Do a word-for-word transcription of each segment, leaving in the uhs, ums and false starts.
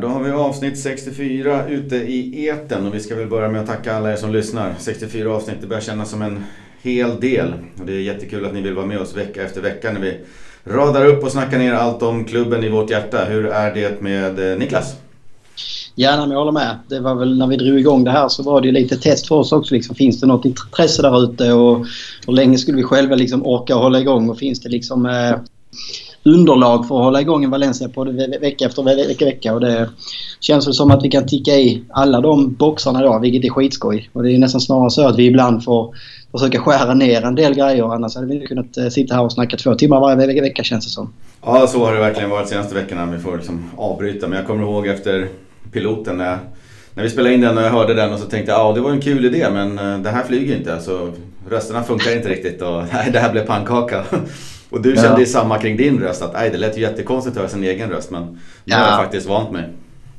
Då har vi avsnitt sextiofyra ute i eten och vi ska väl börja med att tacka alla er som lyssnar. sextiofyra avsnitt, det börjar kännas som en hel del. Och det är jättekul att ni vill vara med oss vecka efter vecka när vi radar upp och snackar ner allt om klubben i vårt hjärta. Hur är det med Niklas? Gärna, men jag håller med. Det var väl när vi drog igång det här så var det ju lite test för oss också. Liksom, finns det något intresse där ute och hur länge skulle vi själva liksom orka hålla igång och finns det liksom eh, underlag för att hålla igång en Valencia på det ve- vecka efter ve- vecka vecka och det känns väl som att vi kan ticka i alla de boxarna idag, vilket är skitskoj. Och det är nästan snarare så att vi ibland får försöka skära ner en del grejer, annars hade vi kunnat eh, sitta här och snacka två timmar varje ve- vecka känns det som. Ja, så har det verkligen varit senaste veckorna. Vi får liksom avbryta, men jag kommer ihåg efter piloten när, när vi spelade in den och jag hörde den och så tänkte jag, ja det var en kul idé men det här flyger inte, alltså rösterna funkar inte riktigt och nej, det här blev pannkaka. Och du kände ju ja. samma kring din röst att nej, det lät ju jättekonstigt att höra sin egen röst, men nu ja. har jag faktiskt vant mig.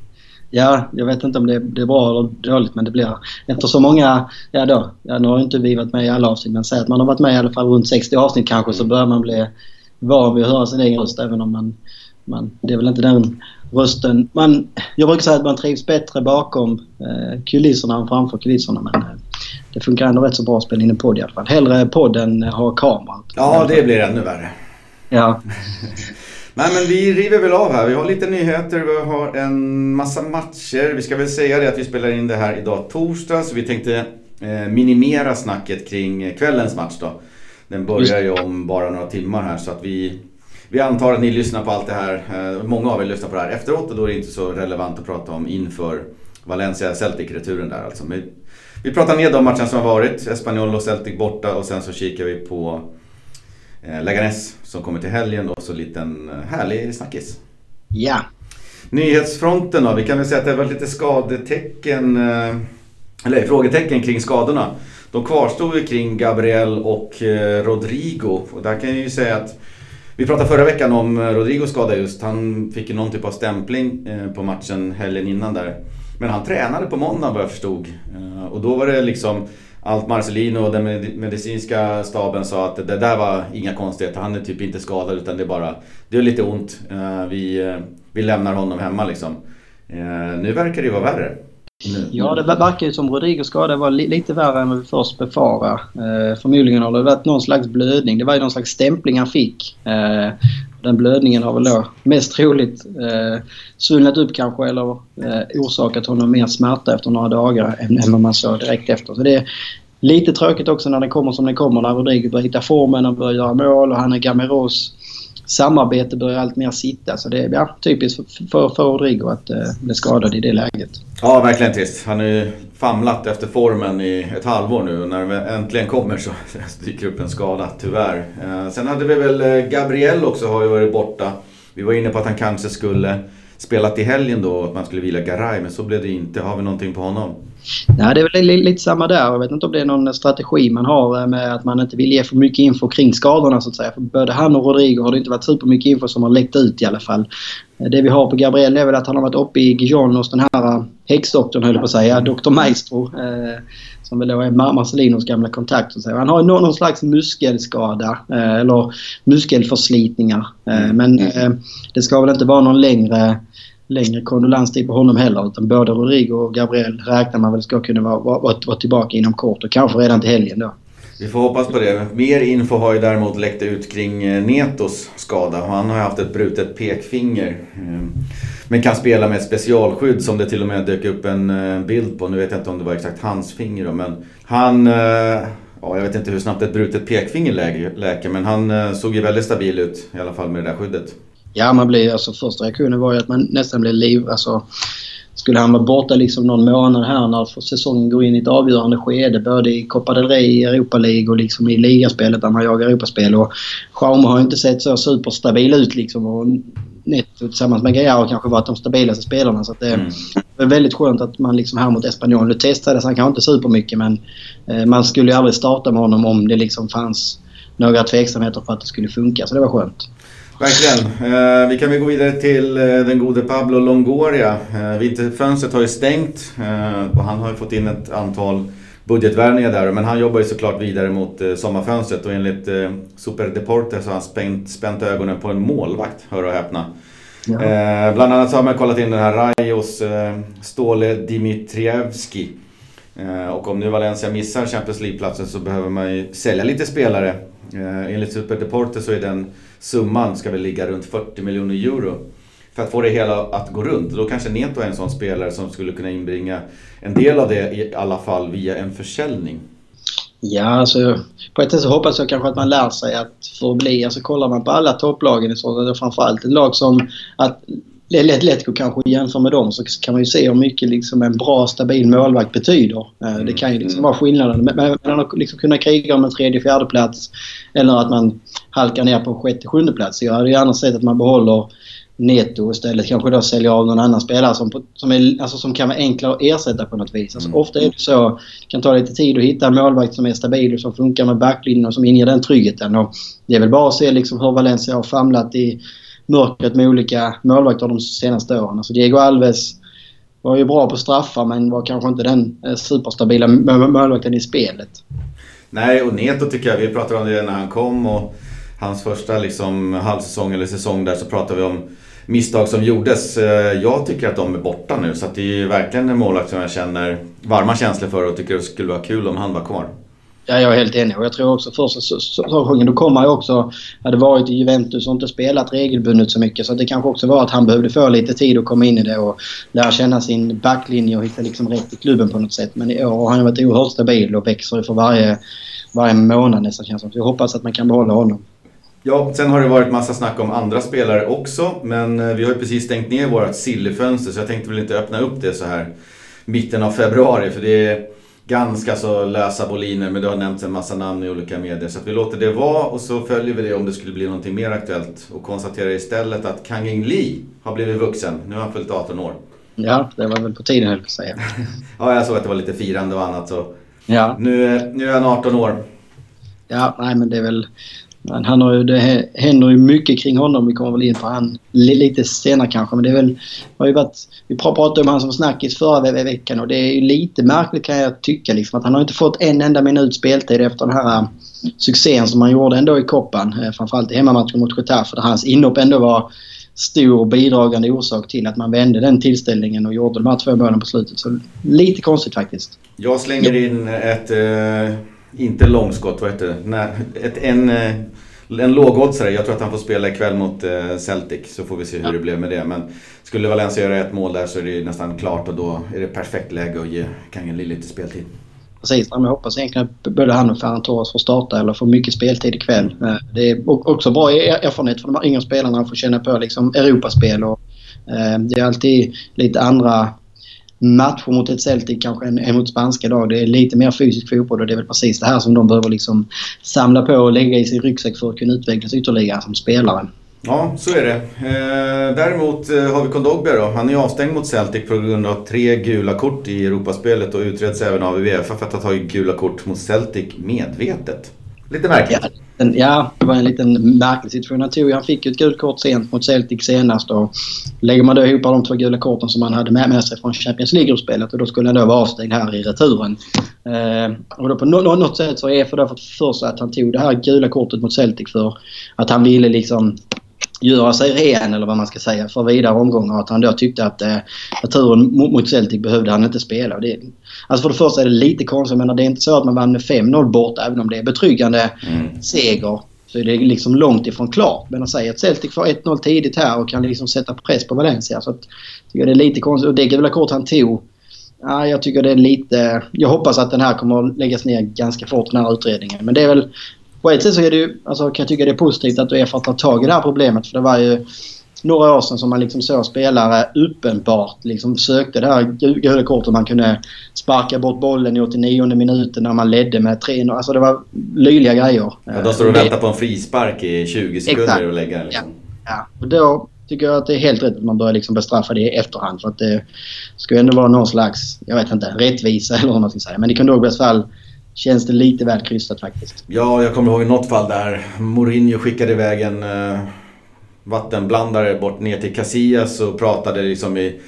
Ja, jag vet inte om det, det är bra eller dåligt, men det blir efter så många, ja då, ja, nu har inte vi varit med i alla avsnitt, men säg att man har varit med i alla fall runt sextio avsnitt kanske, mm. så börjar man bli van vid att höra sin egen röst, även om man, man det är väl inte den rösten. Man, jag brukar säga att man trivs bättre bakom eh, kulisserna än framför kulisserna, men eh, det funkar ändå rätt så bra att spela in en podd i alla fall. Hellre podden har kamera. Ja, det blir ännu värre. Ja. Nej, men vi river väl av här. Vi har lite nyheter, vi har en massa matcher. Vi ska väl säga det att vi spelar in det här idag torsdag, så vi tänkte eh, minimera snacket kring kvällens match då. Den börjar ju om bara några timmar här, så att vi... Vi antar att ni lyssnar på allt det här, många av er lyssnar på det här efteråt och då är det inte så relevant att prata om inför Valencia Celtic-returen där alltså. Vi, vi pratar ner de matcherna som har varit, Espanyol och Celtic borta och sen så kikar vi på eh, Leganes som kommer till helgen och så liten härlig snackis. Ja. Nyhetsfronten då, vi kan väl säga att det var lite skadetecken, eh, eller frågetecken kring skadorna. De kvarstod ju kring Gabriel och eh, Rodrigo och där kan jag ju säga att vi pratade förra veckan om Rodrigos skada just. Han fick ju någon typ av stämpling på matchen helgen innan där. Men han tränade på måndag vad jag förstod. Och då var det liksom allt Marcelino och den medicinska staben sa att det där var inga konstigheter. Han är typ inte skadad utan det är bara, det är lite ont. Vi, vi lämnar honom hemma liksom. Nu verkar det vara värre. Nu. Ja, det verkar ju som Rodrigos skada var li- lite värre än vad vi först befarade. Eh, förmodligen har det varit någon slags blödning. Det var ju någon slags stämpling han fick. Eh, den blödningen har väl då mest troligt eh, svullnat upp kanske eller eh, orsakat honom mer smärta efter några dagar än, än vad man såg direkt efter. Så det är lite tråkigt också när det kommer som det kommer. När Rodrigo börjar hitta formen och börjar göra mål och han är Gameros samarbete börjar allt mer sitta. Så det är ja, typiskt för, för, för Rodrigo att eh, bli skadad i det läget. Ja, verkligen trist. Han har ju famlat efter formen i ett halvår nu och när det äntligen kommer så dyker upp en skada, tyvärr. Eh, sen hade vi väl Gabriel också, har ju varit borta. Vi var inne på att han kanske skulle spela till helgen då, att man skulle vila Garay, men så blev det inte. Har vi någonting på honom? Nej, det är väl lite samma där. Jag vet inte om det är någon strategi man har med att man inte vill ge för mycket info kring skadorna så att säga. För både han och Rodrigo har det inte varit super mycket info som har läckt ut i alla fall. Det vi har på Gabriel är väl att han har varit uppe i Gijon hos den här häxdoktorn, höll jag på att säga, doktor Maestro, eh, som väl då är Marcelinos gamla kontakt. Så att säga. Han har någon, någon slags muskelskada eh, eller muskelförslitningar. Eh, men eh, det ska väl inte vara någon längre längre kondolenstid på honom heller, utan både Rodrigo och Gabriel räknar man väl ska kunna vara, vara, vara tillbaka inom kort och kanske redan till helgen då. Vi får hoppas på det. Mer info har ju däremot läckt ut kring Netos skada. Han har haft ett brutet pekfinger men kan spela med ett specialskydd som det till och med dök upp en bild på. Nu vet jag inte om det var exakt hans finger då, men han, ja, jag vet inte hur snabbt ett brutet pekfinger läker, men han såg ju väldigt stabil ut i alla fall med det där skyddet. Ja, man blir, alltså första reaktionen var ju att man nästan blev liv. Alltså, skulle han vara borta liksom någon månad här när säsongen går in i ett avgörande skede, både i Copa del Rey, i Europa League och liksom i ligaspelet där man jagar Europaspel. Och Jaume har inte sett så superstabil ut liksom. Och Neto tillsammans med Gaia har kanske varit de stabilaste spelarna. Så att det är mm. väldigt skönt att man liksom här mot Espanyol nu testade. Så han kanske inte super mycket, men eh, man skulle ju aldrig starta med honom om det liksom fanns några tveksamheter för att det skulle funka. Så det var skönt. Verkligen. Eh, vi kan väl gå vidare till eh, den gode Pablo Longoria. Eh, vinterfönstret har ju stängt eh, och han har ju fått in ett antal budgetvärvningar där. Men han jobbar ju såklart vidare mot eh, sommarfönstret och enligt eh, Super Deportes så har han spänt, spänt ögonen på en målvakt, hör och häpna. Ja. Eh, bland annat så har man kollat in den här Rajos eh, Ståle Dimitrievski. Eh, och om nu Valencia missar Champions League-platsen så behöver man ju sälja lite spelare. Eh, enligt Superdeporte så är den summan ska väl ligga runt fyrtio miljoner euro. För att få det hela att gå runt. Då kanske Neto är en sån spelare som skulle kunna inbringa en del av det i alla fall via en försäljning. Ja, alltså på ett sätt så hoppas jag kanske att man lär sig att förbli. Alltså kollar man på alla topplagen så är det framförallt ett lag som att Atletico kanske jämför med dem så kan man ju se hur mycket liksom en bra, stabil målvakt betyder. Mm. Det kan ju liksom vara skillnaden. Men att liksom kunna kriga om en tredje, fjärde plats eller att man halkar ner på en sjätte, sjunde plats. Jag hade gärna sett att man behåller Neto istället, kanske då säljer av någon annan spelare som, som, är, alltså, som kan vara enklare att ersätta på något vis. Alltså, mm. Ofta är det så, det kan ta lite tid att hitta en målvakt som är stabil och som funkar med backlinjen och som inger den tryggheten. Och det är väl bara att se liksom hur Valencia har famlat i mörkret med olika målvakter de senaste åren. Alltså Diego Alves var ju bra på straffar men var kanske inte den superstabila målvakten i spelet. Nej, och Neto tycker jag, vi pratade om det när han kom och hans första liksom halvsäsong eller säsong där så pratade vi om misstag som gjordes. Jag tycker att de är borta nu så att det är ju verkligen en målvakt som jag känner varma känslor för och tycker det skulle vara kul om han var kvar. Ja, jag är helt enig och jag tror också första säsongen då kommer jag också hade varit i Juventus och inte spelat regelbundet så mycket så det kanske också var att han behövde få lite tid att komma in i det och lära känna sin backlinje och hitta liksom rätt i klubben på något sätt. Men i år har han varit oerhört stabil och växer för varje, varje månad nästan känns som. Så jag hoppas att man kan behålla honom. Ja, sen har det varit massa snack om andra spelare också, men vi har ju precis stängt ner vårt sillefönster så jag tänkte väl inte öppna upp det så här mitten av februari för det är ganska så lösa boliner, men det har nämnts en massa namn i olika medier så att vi låter det vara och så följer vi det om det skulle bli någonting mer aktuellt och konstaterar istället att Kang In Lee har blivit vuxen, nu har han fyllt arton år. Ja, det var väl på tiden höll jag på att säga. Ja, jag såg att det var lite firande och annat så ja. nu, nu är han arton år. Ja, nej men det är väl men han har ju, det händer ju mycket kring honom. Vi kommer väl in på han lite senare kanske. Men det är väl, har ju varit, vi pratade om han som snackis förra veckan. Och det är ju lite märkligt kan jag tycka. Liksom, att han har inte fått en enda minut speltid efter den här succén som han gjorde ändå i Copan. Framförallt i hemmamatchen mot Getafe. Där hans inhopp ändå var stor bidragande orsak till att man vände den tillställningen och gjorde de här två målen på slutet. Så lite konstigt faktiskt. Jag slänger in ett... Uh... Inte långskott, vad heter det? Nej, ett, en, en lågoddsare. Jag tror att han får spela ikväll mot Celtic. Så får vi se hur ja. det blev med det. Men skulle Valencia göra ett mål där så är det nästan klart. Och då är det perfekt läge att ge Kang In Lee lite speltid. Precis, jag hoppas egentligen att både han och Ferran Torres får starta eller få mycket speltid ikväll. Det är också bra erfarenhet för de här yngre spelarna att få känna på liksom Europaspel. Och, eh, det är alltid lite andra matcher mot ett Celtic kanske än mot spanska lag. Det är lite mer fysisk fotboll och det är väl precis det här som de behöver liksom samla på och lägga i sin ryggsäck för att kunna utvecklas ytterligare som spelare. Ja, så är det. Eh, däremot har vi Kondogbia då. Han är avstängd mot Celtic på grund av tre gula kort i Europaspelet och utreds även av UEFA för att ha tagit gula kort mot Celtic medvetet. Lite märkligt. Ja, en, ja, det var en liten märklig situation. Han, tog, han fick ju ett gult kort sent mot Celtic senast och lägger man då ihop de två gula korten som han hade med, med sig från Champions League-spelet och då skulle han då vara avstängd här i returen. Eh, och då på no- något sätt så är E F A då fått för sig att han tog det här gula kortet mot Celtic för att han ville liksom göra sig ren eller vad man ska säga för vidare omgångar att han då tyckte att eh, returen mot Celtic behövde han inte spela. Och det, alltså för det första är det lite konstigt men det är inte så att man vann med fem noll bort även om det är betryggande mm. seger så är det liksom långt ifrån klart. Men att säga att Celtic får ett noll tidigt här och kan liksom sätta press på Valencia så att, jag tycker det är lite konstigt och det gula kort han tog ja, jag tycker det är lite jag hoppas att den här kommer att läggas ner ganska fort den här utredningen men det är väl på ett sätt så är det ju, alltså, kan jag tycka det är positivt att UEFA tar tag i det här problemet för det var ju några år sedan som man liksom såg spelare uppenbart liksom sökte det här gula kortet man kunde sparka bort bollen i åttionionde minuten när man ledde med tre noll. Alltså det var löjliga grejer. Ja, då står du och väntar på en frispark i tjugo sekunder Exakt. Och lägga liksom. Ja. ja, och då tycker jag att det är helt rätt att man börjar liksom bestraffa det i efterhand för att det ska ändå vara någon slags, jag vet inte, rättvisa eller vad man ska säga. Men i Kondogbas fall känns det lite väl krystat faktiskt. Ja, jag kommer ihåg i något fall där Mourinho skickade iväg en uh, vattenblandare bort ner till Casillas och pratade liksom i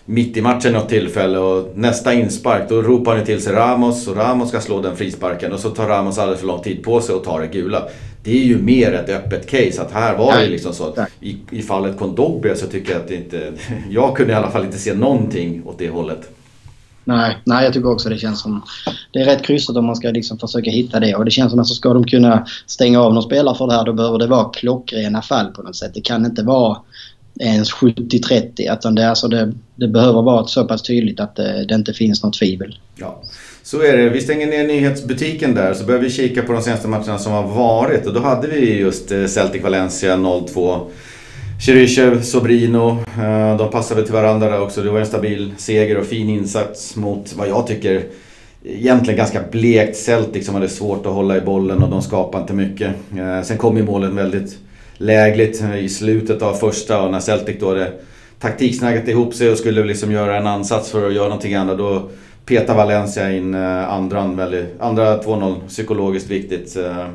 mitt i matchen något tillfälle och nästa inspark, då ropar han till sig Ramos och Ramos ska slå den frisparken och så tar Ramos alldeles för lång tid på sig och tar det gula. Det är ju mer ett öppet case, att här var det liksom så att i, i fallet Kondogbia så tycker jag att det inte, jag kunde i alla fall inte se någonting åt det hållet. Nej, nej, jag tycker också det känns som det är rätt kryssat om man ska liksom försöka hitta det, och det känns som att så ska de kunna stänga av någon spelare för det här, då behöver det vara klockrena fall på något sätt. Det kan inte vara ens sjuttio trettio, utan det, alltså det, det behöver vara så pass tydligt att det, det inte finns något tvivel. Ja, så är det. Vi stänger ner nyhetsbutiken där, så börjar vi kika på de senaste matcherna som har varit, och då hade vi just Celtic Valencia noll två. Cheryshev, Sobrino, de passade till varandra där också. Det var en stabil seger och fin insats mot vad jag tycker egentligen ganska blekt Celtic som hade svårt att hålla i bollen och de skapade inte mycket. Sen kom ju målen väldigt lägligt i slutet av första, och när Celtic då hade taktiksnaggat ihop sig och skulle liksom göra en ansats för att göra någonting annat, då petar Valencia in andra, väldigt, andra två noll, psykologiskt viktigt.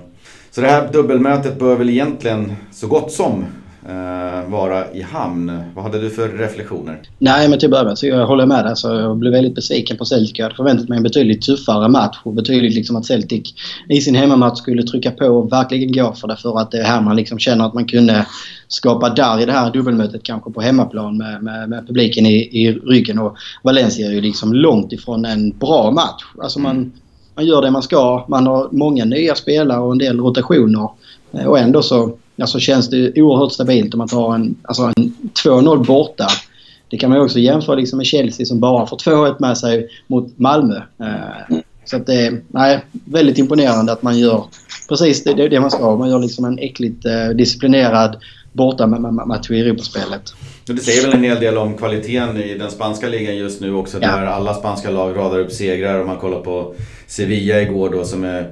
Så det här dubbelmötet bör väl egentligen så gott som Uh, vara i hamn. Vad hade du för reflektioner? Nej, men till början så jag håller med där, så jag blev väldigt besviken på Celtic. Jag hade förväntat mig en betydligt tuffare match och betydligt liksom att Celtic i sin hemmamatch skulle trycka på och verkligen gå för det, för att det är här man liksom känner att man kunde skapa där i det här dubbelmötet kanske på hemmaplan med, med, med publiken i, i ryggen, och Valencia är ju liksom långt ifrån en bra match. Alltså man, man gör det man ska, man har många nya spelare och en del rotationer, och ändå så alltså känns det oerhört stabilt om man tar en, alltså en två noll borta. Det kan man ju också jämföra liksom med Chelsea som bara får två ett med sig mot Malmö. Eh, så att det är nej, väldigt imponerande att man gör precis det, det man ska. Man gör liksom en äckligt eh, disciplinerad borta match i Europaspelet. Det säger väl en hel del om kvaliteten i den spanska ligan just nu också, ja. Där alla spanska lag radar upp segrar. Om man kollar på Sevilla igår då, som är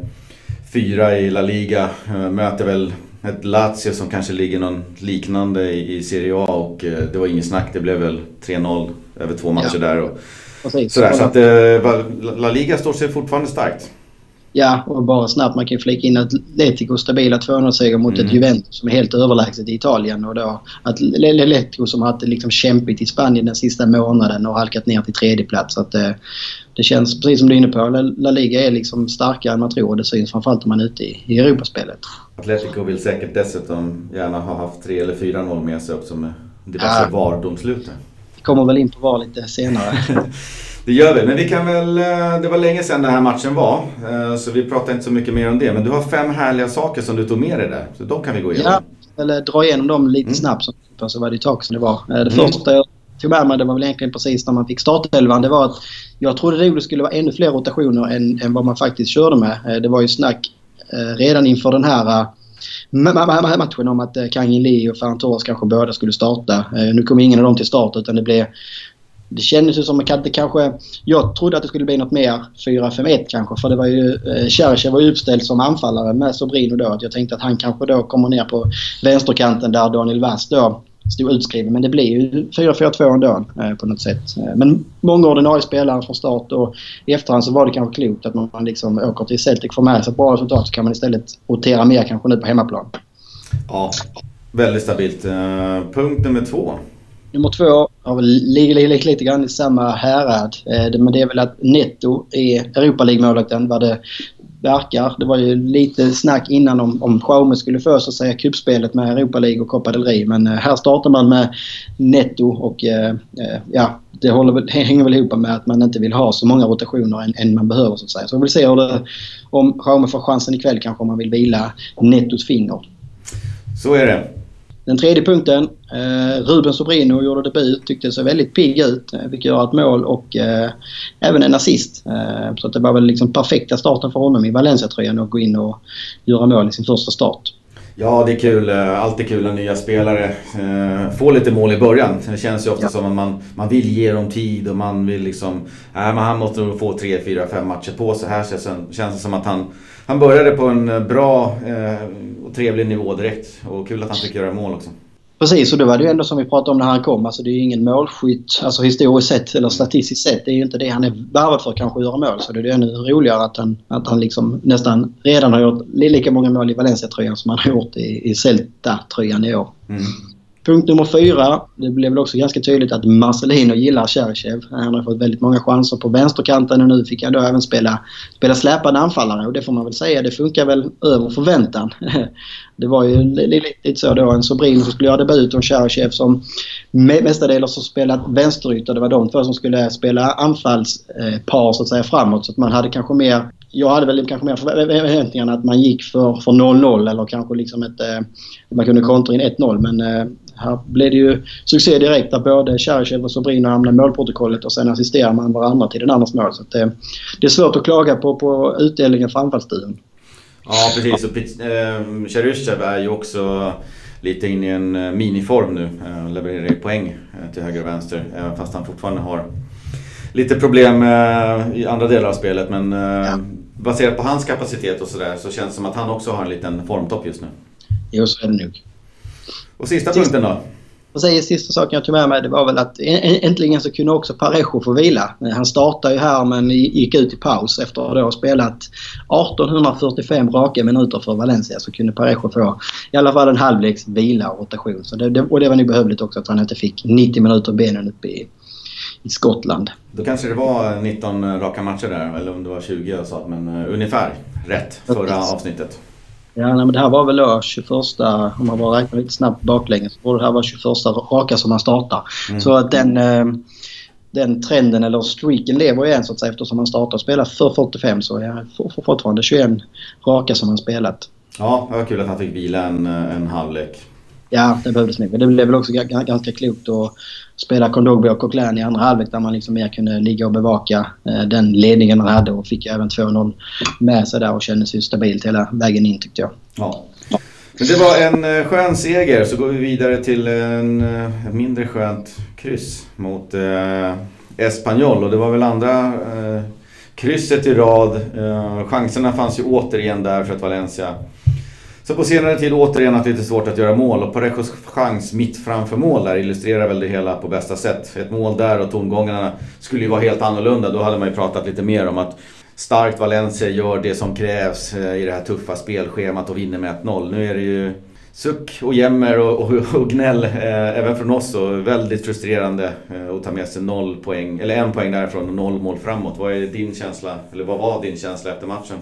fyra i La Liga, möter väl ett Lazio som kanske ligger någon liknande i Serie A, och eh, det var ingen snack, det blev väl tre noll över två matcher ja. Där och sådär, så att eh, La Liga står sig fortfarande starkt. Ja, och bara snabbt man kan flika in att Atletico stabila två noll-seger mot mm. ett Juventus som är helt överlägset i Italien, och då att Atletico som har liksom kämpigt i Spanien den sista månaden och halkat ner till tredje plats, så att eh, det känns precis som du är inne på. La Liga är liksom starkare än man tror, och det syns framförallt om man är ute i, i Europaspelet. Atletico vill säkert dessutom gärna ha haft tre eller fyra noll med sig också med diverse ja. VAR-domslut. Vi kommer väl in på VAR lite senare. Det gör vi, men vi kan väl, det var länge sedan den här matchen var, så vi pratar inte så mycket mer om det, men du har fem härliga saker som du tog med dig där, så de kan vi gå igenom. Ja, eller dra igenom dem lite mm. snabbt, så var det ett tag som det var. Det mm. första jag tog med mig, det var väl egentligen precis när man fick startelvan, det var att jag trodde det skulle vara ännu fler rotationer än, än vad man faktiskt körde med. Det var ju snack redan inför den här matchen om att Kangin Lee och Ferran Torres kanske båda skulle starta. Nu kom ingen av dem till start, utan det blev det kändes ju som att det kanske, jag trodde att det skulle bli något mer fyra fem ett kanske, för det var ju Cheryshev var ju uppställd som anfallare med Sobrino då, att jag tänkte att han kanske då kommer ner på vänsterkanten där Daniel Vaz då stod utskriven, men det blir ju fyra fyra två ändå eh, på något sätt. Men många ordinarie spelare från start, och i efterhand så var det kanske klokt att man liksom åker till Celtic för med sig ett bra resultat, så kan man istället rotera mer kanske nu på hemmaplan. Ja, väldigt stabilt. Punkt nummer två. Nummer två har väl ligger lite, lite grann i samma härad. Eh, men det är väl att Neto är Europa League-målvakten vad det verkar. Det var ju lite snack innan om, om Jaume skulle få så att säga kuppspelet med Europa League och Copa del Rey. Men eh, här startar man med Neto, och eh, ja, det håller väl, hänger väl ihop med att man inte vill ha så många rotationer än, än man behöver så att säga. Så vi vill se hur det, om Jaume får chansen ikväll kanske, om man vill vila Netos finger. Så är det. Den tredje punkten, eh, Ruben Sobrino gjorde debut, tyckte så väldigt pigg ut, eh, fick göra ett mål och eh, även en assist. Eh, så att det var väl liksom perfekta starten för honom i Valencia-tröjan att gå in och göra mål i sin första start. Ja, det är kul. Alltid kul när nya spelare eh, får lite mål i början. Det känns ju ofta ja. som att man, man vill ge dem tid och man vill liksom, äh, men han måste få tre, fyra, fem matcher på sig. Här känns, känns det som att han, han började på en bra eh, och trevlig nivå direkt. Och kul att han fick göra mål också. Precis, och det var det ju ändå som vi pratade om när han kom. Alltså det är ju ingen målskytt, alltså historiskt sett eller statistiskt sett. Det är ju inte det han är värvad för, kanske att göra mål. Så det är ju ännu roligare att han, att han liksom nästan redan har gjort lika många mål i Valencia-tröjan som han har gjort i, i Celta-tröjan i år. Mm. Punkt nummer fyra. Det blev väl också ganska tydligt att Marcelino gillar Cheryshev. Han har fått väldigt många chanser på vänsterkanten och nu fick han då även spela, spela släpande anfallare. Och det får man väl säga, det funkar väl över förväntan. Det var ju lite så då. En Sobrino som skulle göra debut och Cheryshev som mestadels har spelat vänsterytter. Det var de två som skulle spela anfallspar så att säga framåt. Så att man hade kanske mer... Jag hade väl kanske mer förväntningarna att man gick för, för noll noll eller kanske liksom ett, eh, man kunde kontra in ett noll. Men eh, här blev det ju succé direkt där både Cheryshev och Sobrino hamnade i målprotokollet och sen assisterar man varandra till den andras mål. Så att, eh, det är svårt att klaga på, på utdelningen för anfallstiden. Ja, precis. Och eh, Cheryshev är ju också lite in i en miniform nu. Eh, levererar poäng eh, till höger och vänster. Eh, fast han fortfarande har lite problem eh, i andra delar av spelet. Men eh, ja. Baserat på hans kapacitet och sådär så känns det som att han också har en liten formtopp just nu. Jo, så är det nog. Och sista sista punkten då? Och säger sista saken jag tog med mig, det var väl att äntligen så kunde också Parejo få vila. Han startade ju här men gick ut i paus efter att ha spelat arton fyrtiofem raka minuter för Valencia, så kunde Parejo få i alla fall en halvleks vila och rotation. Så det, det, och det var nog behövligt också att han inte fick nittio minuter benen uppe i, i Skottland. Då kanske det var nitton raka matcher där, eller om det var tjugo jag sa, men uh, ungefär rätt förra avsnittet. Ja, nej, men det här var väl då tjugoförsta, om man bara räknar lite snabbt baklänges, så det här var tjugoförsta raka som man startar. Mm. Så att den, den trenden eller streaken lever igen så att säga, eftersom man startar och spelar för fyrtiofem, så är det fortfarande tjugoen raka som man spelat. Ja, det var kul att han fick vila en, en halvlek. Ja, det behövdes mycket. Det blev väl också ganska klokt att spela Kondogbia och Coquelin i andra halvlek där man liksom mer kunde ligga och bevaka eh, den ledningen man hade och fick även två noll med sig där och kändes ju stabilt hela vägen in tyckte jag. Ja. Men det var en skön seger, så går vi vidare till en, en mindre skönt kryss mot eh, Espanyol, och det var väl andra eh, krysset i rad. Eh, chanserna fanns ju återigen där för att Valencia. Så på senare tid återigen att det är lite svårt att göra mål, och Parejos chans mitt framför mål där illustrerar väl det hela på bästa sätt. Ett mål där och tongångarna skulle ju vara helt annorlunda. Då hade man ju pratat lite mer om att starkt Valencia gör det som krävs i det här tuffa spelschemat och vinner med ett noll. Nu är det ju suck och jämmer och, och, och gnäll eh, även från oss, och väldigt frustrerande eh, att ta med sig noll poäng, eller en poäng därifrån och noll mål framåt. Vad är din känsla, eller vad var din känsla efter matchen?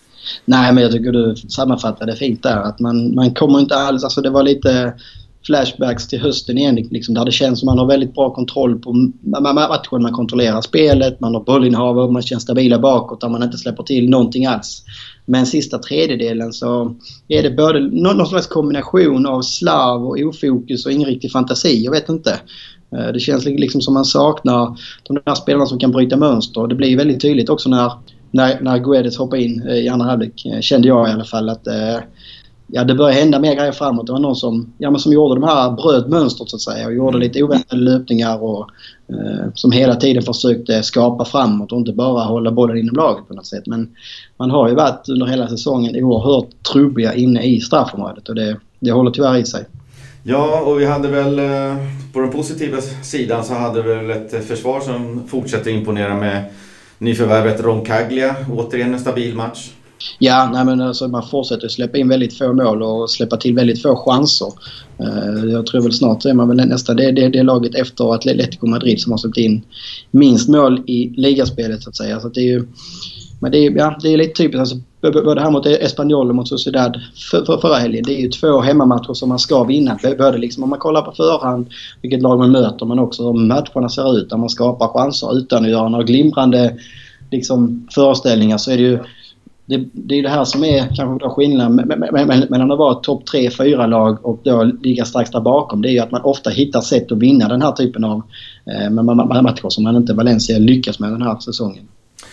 Nej, men jag tycker du sammanfattade fint där. Att man, man kommer inte alls... Alltså det var lite flashbacks till hösten igen. Liksom, där det känns som man har väldigt bra kontroll på matchen. Man kontrollerar spelet, man har bollinnehav och man känns stabila bakåt där man inte släpper till någonting alls. Men sista tredjedelen så är det både någon, någon slags kombination av slarv och ofokus och ingen riktig fantasi. Jag vet inte. Det känns liksom som man saknar de där spelarna som kan bryta mönster. Det blir väldigt tydligt också när När, när Guedes hoppade in i andra halvlek, kände jag i alla fall att eh, ja, det började hända mer grejer framåt. Det var någon som, ja, men som gjorde de här brödmönstret så att säga och gjorde lite oväntade löpningar och eh, som hela tiden försökte skapa framåt och inte bara hålla bollen inom laget på något sätt. Men man har ju varit under hela säsongen oerhört trubbiga inne i straffområdet och det, det håller tyvärr i sig. Ja, och vi hade väl på den positiva sidan så hade vi väl ett försvar som fortsätter imponera med nyförvärvet Roncaglia, återigen en stabil match. Ja, nej men alltså man fortsätter släppa in väldigt få mål och släppa till väldigt få chanser. Uh, jag tror väl snart så är man väl nästan det, det, det laget efter Atletico Madrid som har släppt in minst mål i ligaspelet så att säga. Så att det är ju, men det är, ja, det är lite typiskt alltså, både här mot Espanyol och mot Sociedad för, för, förra helgen. Det är ju två hemmamatcher som man ska vinna. Både liksom om man kollar på förhand vilket lag man möter, men också hur matcherna ser ut där man skapar chanser utan att göra några glimrande liksom, föreställningar, så är det ju det, det är det här som är kanske då skillnaden mellan att vara topp tre fyra lag och då ligga strax där bakom. Det är ju att man ofta hittar sätt att vinna den här typen av eh, matcher som man inte Valencia lyckas med den här säsongen.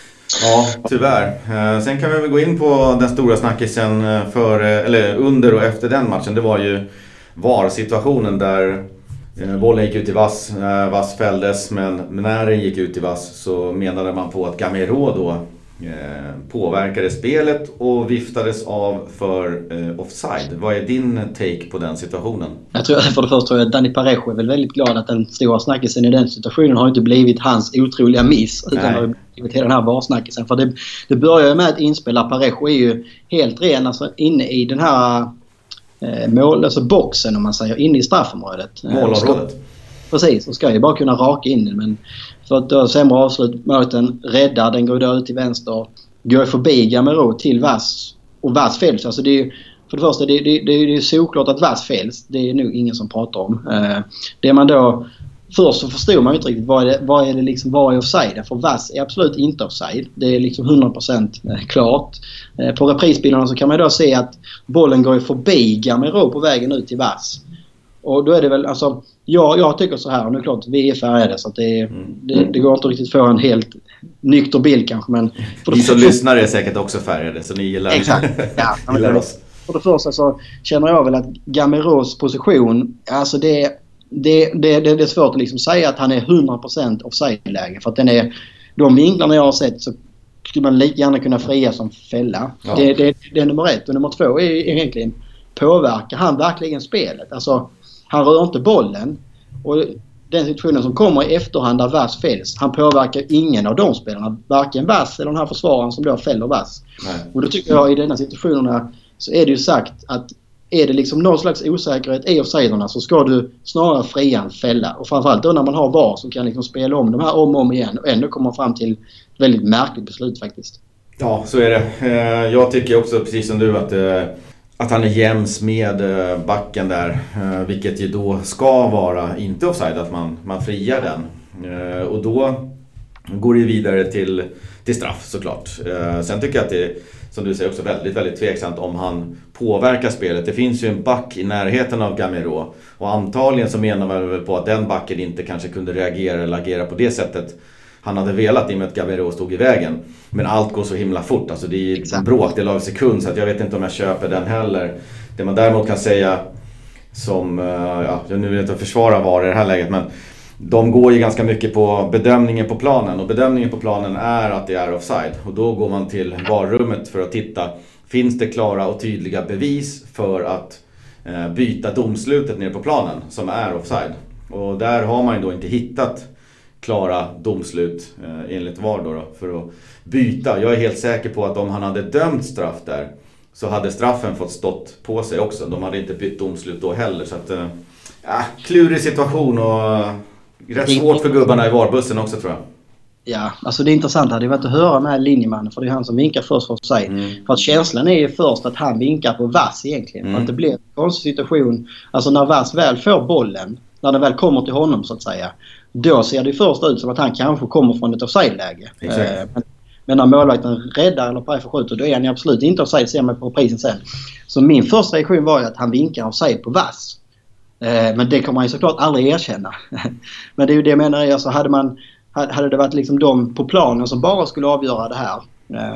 Ja, tyvärr. Sen kan vi väl gå in på den stora snackisen för, eller under och efter den matchen. Det var ju V A R-situationen där bollen gick ut i Vass. Vass fälldes, men när den gick ut i Vass så menade man på att Gamero då påverkade spelet och viftades av för offside. Vad är din take på den situationen? Jag tror för det första tror jag att Dani Parejo är väl väldigt glad att den stora snackisen i den situationen har inte blivit hans otroliga miss utan Nej. har blivit hela den här V A R-snackisen. För det, det börjar med att inspela Parejo är ju helt ren alltså inne i den här eh, mål, alltså boxen om man säger, inne i straffområdet. Målområdet. Precis, och ska ju bara kunna raka in den, men för att då sämre avslut, möten räddar, den går då ut till vänster, går förbi Gamero till Vass, och Vass fälls. Alltså det är ju, för det första, det, det, det, det är såklart att Vass fälls, det är nog ingen som pratar om. Eh, det man då, först så förstår man ju inte riktigt vad är det, vad är det liksom, vad är offside? För Vass är absolut inte offside, det är liksom hundra procent klart. Eh, på reprisbilderna så kan man då se att bollen går förbi Gamero på vägen ut till Vass. Och då är det väl, alltså, ja, jag tycker så här, och nu är det klart, vi är färgade så att det, mm. det, det går inte riktigt att få en helt nykter bild kanske, men... För ni som lyssnar är säkert också färgade, så ni gillar, exakt. Ja, gillar oss. För det första så känner jag väl att Gameros position, alltså det, det, det, det, det är svårt att liksom säga att han är hundra procent offside-läge, för att den är, de vinklarna jag har sett så skulle man lika gärna kunna fria som fälla. Ja. Det, det, det är nummer ett, och nummer två är egentligen, påverkar han verkligen spelet? Alltså, han rör inte bollen, och den situationen som kommer i efterhand där Vass fälls, han påverkar ingen av de spelarna, varken Vass eller den här försvararen som då fäller Vass. Nej. Och då tycker jag i denna situationerna så är det ju sagt att är det liksom någon slags osäkerhet i offsiderna så ska du snarare fria än fälla. Och framförallt då när man har V A R som kan liksom spela om de här om och om igen och ändå komma fram till ett väldigt märkligt beslut faktiskt. Ja, så är det. Jag tycker också precis som du att att han är jäms med backen där, vilket ju då ska vara inte offside, att man, man friar den. Och då går det vidare till, till straff såklart. Sen tycker jag att det, som du säger, också väldigt, väldigt tveksamt om han påverkar spelet. Det finns ju en back i närheten av Gamero, och antagligen så menar man väl på att den backen inte kanske kunde reagera eller agera på det sättet han hade velat, i och med att Gamero stod i vägen. Men allt går så himla fort. Alltså det är en bråkdel av sekund, så att jag vet inte om jag köper den heller. Det man däremot kan säga som, ja, jag nu vill inte försvara V A R i det här läget, men de går ju ganska mycket på bedömningen på planen. Och bedömningen på planen är att det är offside. Och då går man till V A R-rummet för att titta, finns det klara och tydliga bevis för att eh, byta domslutet ner på planen som är offside. Och där har man ju då inte hittat klara domslut eh, enligt V A R då, då för att byta. Jag är helt säker på att om han hade dömt straff där så hade straffen fått stått på sig också. De hade inte bytt domslut då heller, så att eh, klurig situation och rätt svårt för gubbarna i V A R-bussen också, tror jag. Ja, alltså det är intressant hade det varit att höra med linjemannen, för det är han som vinkar först för sig. Mm. För att känslan är ju först att han vinkar på Vass egentligen. Mm. För att det blir en konstig situation. Alltså när Vass väl får bollen, när den väl kommer till honom så att säga, då ser det först ut som att han kanske kommer från ett offside-läge. Exakt. Men, men när målvakten räddar eller på förskjuter, då är han absolut inte offside, ser man på prisen sen. Så min första reaktion var ju att han vinkar offside på Vass. Men det kommer man ju såklart aldrig erkänna. Men det är ju det jag menar, alltså hade man hade det varit liksom de på planen som bara skulle avgöra det här,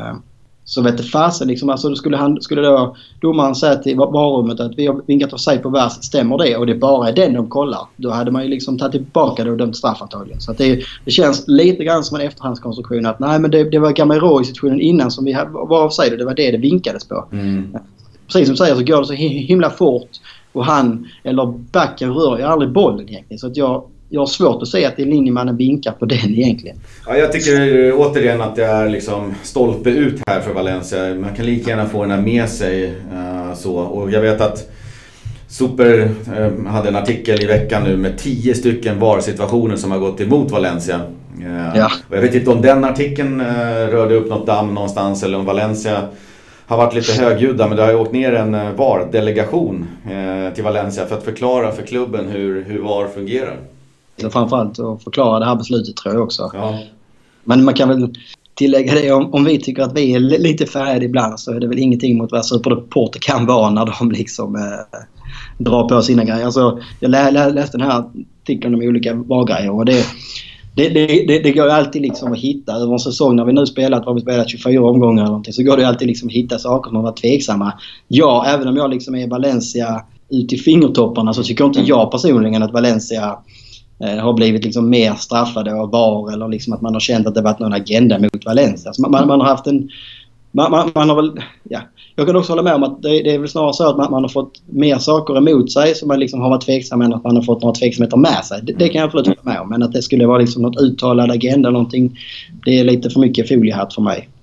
så vet det fasen liksom, alltså skulle han skulle då domaren säga till varummet att vi har vinkat offside på Vass, stämmer det, och det bara är den de kollar, då hade man ju liksom tagit tillbaka det och dömt straff antagligen. Så att det, det känns lite grann som en efterhandskonstruktion att nej, men det, det var Gamero i situationen innan som vi var offside och det var det det vinkades på. Mm. Precis som du säger så går det så himla fort, och han eller backen rör ju aldrig bollen egentligen, så att jag Jag har svårt att säga att det är linjemannen vinkar på den egentligen. Ja, jag tycker återigen att det är liksom stolpe ut här för Valencia. Man kan lika gärna få den här med sig. Uh, så. Och jag vet att Super uh, hade en artikel i veckan nu med tio stycken V A R-situationer som har gått emot Valencia. Uh, ja. Och jag vet inte om den artikeln uh, rörde upp något damm någonstans, eller om Valencia har varit lite högljudda, men det har ju åkt ner en V A R-delegation uh, till Valencia för att förklara för klubben hur, hur V A R fungerar. Framförallt att förklara det här beslutet, tror jag också. Ja. Men man kan väl tillägga det, om, om vi tycker att vi är lite färgade ibland, så är det väl ingenting mot vad Superreporter kan vara när de liksom eh, drar på sina grejer. Alltså, jag lä, lä, läste den här artikeln om olika V A R-grejer, och det, det, det, det, det går ju alltid liksom att hitta över en säsong. När vi nu spelat, har vi spelat tjugofyra omgångar eller någonting, så går det ju alltid liksom att hitta saker som har varit tveksamma. Ja, även om jag liksom är Valencia ut i fingertopparna, så tycker inte jag personligen att Valencia har blivit liksom mer straffade av V A R, eller liksom att man har känt att det varit någon agenda mot Valencia. Så man, man har haft en... Man, man, man har väl... Ja. Jag kan också hålla med om att det, det är väl snarare så att man, man har fått mer saker emot sig som man liksom har varit tveksam, än att man har fått några tveksamheter med sig. Det, det kan jag absolut hålla med om. Men att det skulle vara liksom något uttalad agenda eller någonting, det är lite för mycket foliehatt för mig.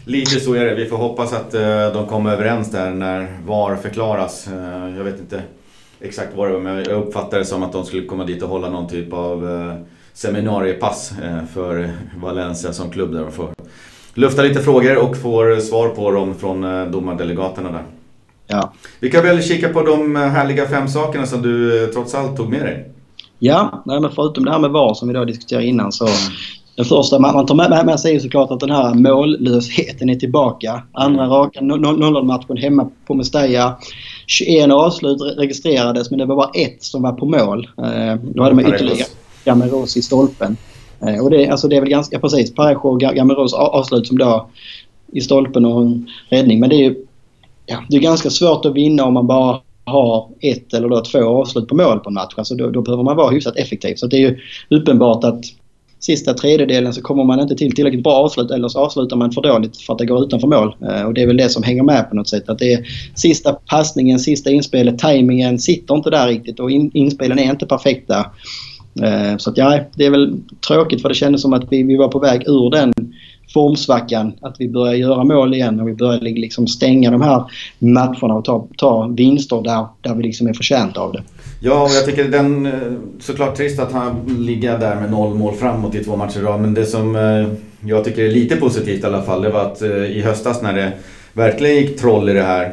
Lite så är det. Vi får hoppas att uh, de kommer överens där när V A R förklaras. Uh, jag vet inte exakt vad det var, men jag uppfattar det som att de skulle komma dit och hålla någon typ av uh, seminariepass uh, för Valencia som klubb där och får lufta lite frågor och får svar på dem från uh, domardelegaterna där. Ja. Vi kan väl kika på de härliga fem sakerna som du uh, trots allt tog med dig. Ja, nej, men förutom det här med V A R som vi då diskuterade innan så den första man, man tar med, med sig är såklart att den här mållösheten är tillbaka. Andra raka noll-matchen hemma på Mestalla. tjugoett avslut registrerades men det var bara ett som var på mål. Eh, då hade man ytterligare Gameros i stolpen. Eh, och det, alltså det är väl ganska precis Parejo och Gameros avslut som då i stolpen och en räddning. Men det är ju ja, det är ganska svårt att vinna om man bara har ett eller då två avslut på mål på en match. Alltså då, då behöver man vara hyfsat effektiv. Så det är ju uppenbart att sista tredjedelen så kommer man inte till tillräckligt bra avslut eller så avslutar man för dåligt för att det går utanför mål. Eh, och det är väl det som hänger med på något sätt. Att det är sista passningen, sista inspelet, tajmingen sitter inte där riktigt och in, inspelen är inte perfekta. Eh, så att ja, det är väl tråkigt för det kändes som att vi, vi var på väg ur den formsvackan. Att vi börjar göra mål igen och vi börjar liksom stänga de här matcherna och ta, ta vinster där, där vi liksom är förtjänta av det. Ja, och jag tycker den såklart trist att han ligger där med noll mål framåt i två matcher idag. Men det som jag tycker är lite positivt i alla fall, det var att i höstas när det verkligen gick troll i det här,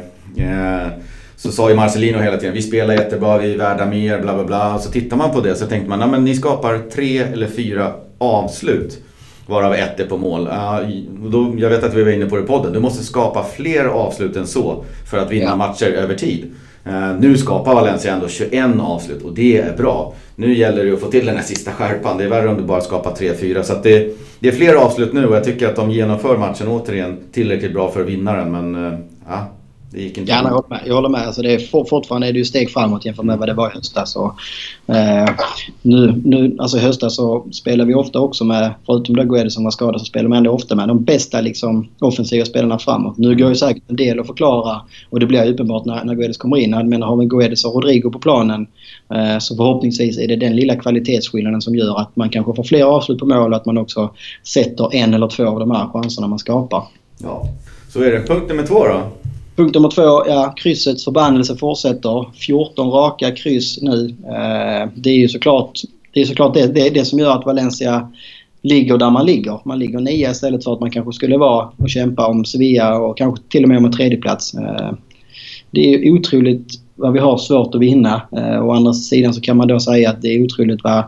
så sa ju Marcelino hela tiden, vi spelar jättebra, vi är värda mer, bla bla bla. Och så tittar man på det så tänkte man, nej men ni skapar tre eller fyra avslut, varav ett är på mål. Uh, då, jag vet att vi var inne på det i podden. Du måste skapa fler avslut än så för att vinna ja. matcher över tid. Uh, nu skapar Valencia ändå tjugoett avslut och det är bra. Nu gäller det att få till den här sista skärpan. Det är värre om du bara skapar tre fyra. Så att det, det är fler avslut nu och jag tycker att de genomför matchen återigen tillräckligt bra för vinnaren. Men uh, ja, det gick inte. Ja, jag håller med. Jag håller med. Alltså det är for, fortfarande är det ju steg framåt jämfört med vad det var i höstas. Och, eh, nu, nu, alltså i höstas så spelar vi ofta också med, förutom då Guedes som var skadad, så spelar man ändå ofta med de bästa liksom, offensiva spelarna framåt. Nu går ju säkert en del att förklara och det blir ju uppenbart när, när Guedes kommer in. Men har vi Guedes och Rodrigo på planen eh, så förhoppningsvis är det den lilla kvalitetsskillnaden som gör att man kanske får fler avslut på mål och att man också sätter en eller två av de här chanserna man skapar. Ja, så är det. Punkt nummer två då? Punkt nummer två, ja, kryssets förbannelse fortsätter. fjorton raka kryss nu. Eh, det är ju såklart, det, är såklart det, det, det som gör att Valencia ligger där man ligger. Man ligger nia istället för att man kanske skulle vara och kämpa om Sevilla och kanske till och med om en tredje plats. Eh, det är otroligt vad vi har svårt att vinna. Eh, å andra sidan så kan man då säga att det är otroligt vad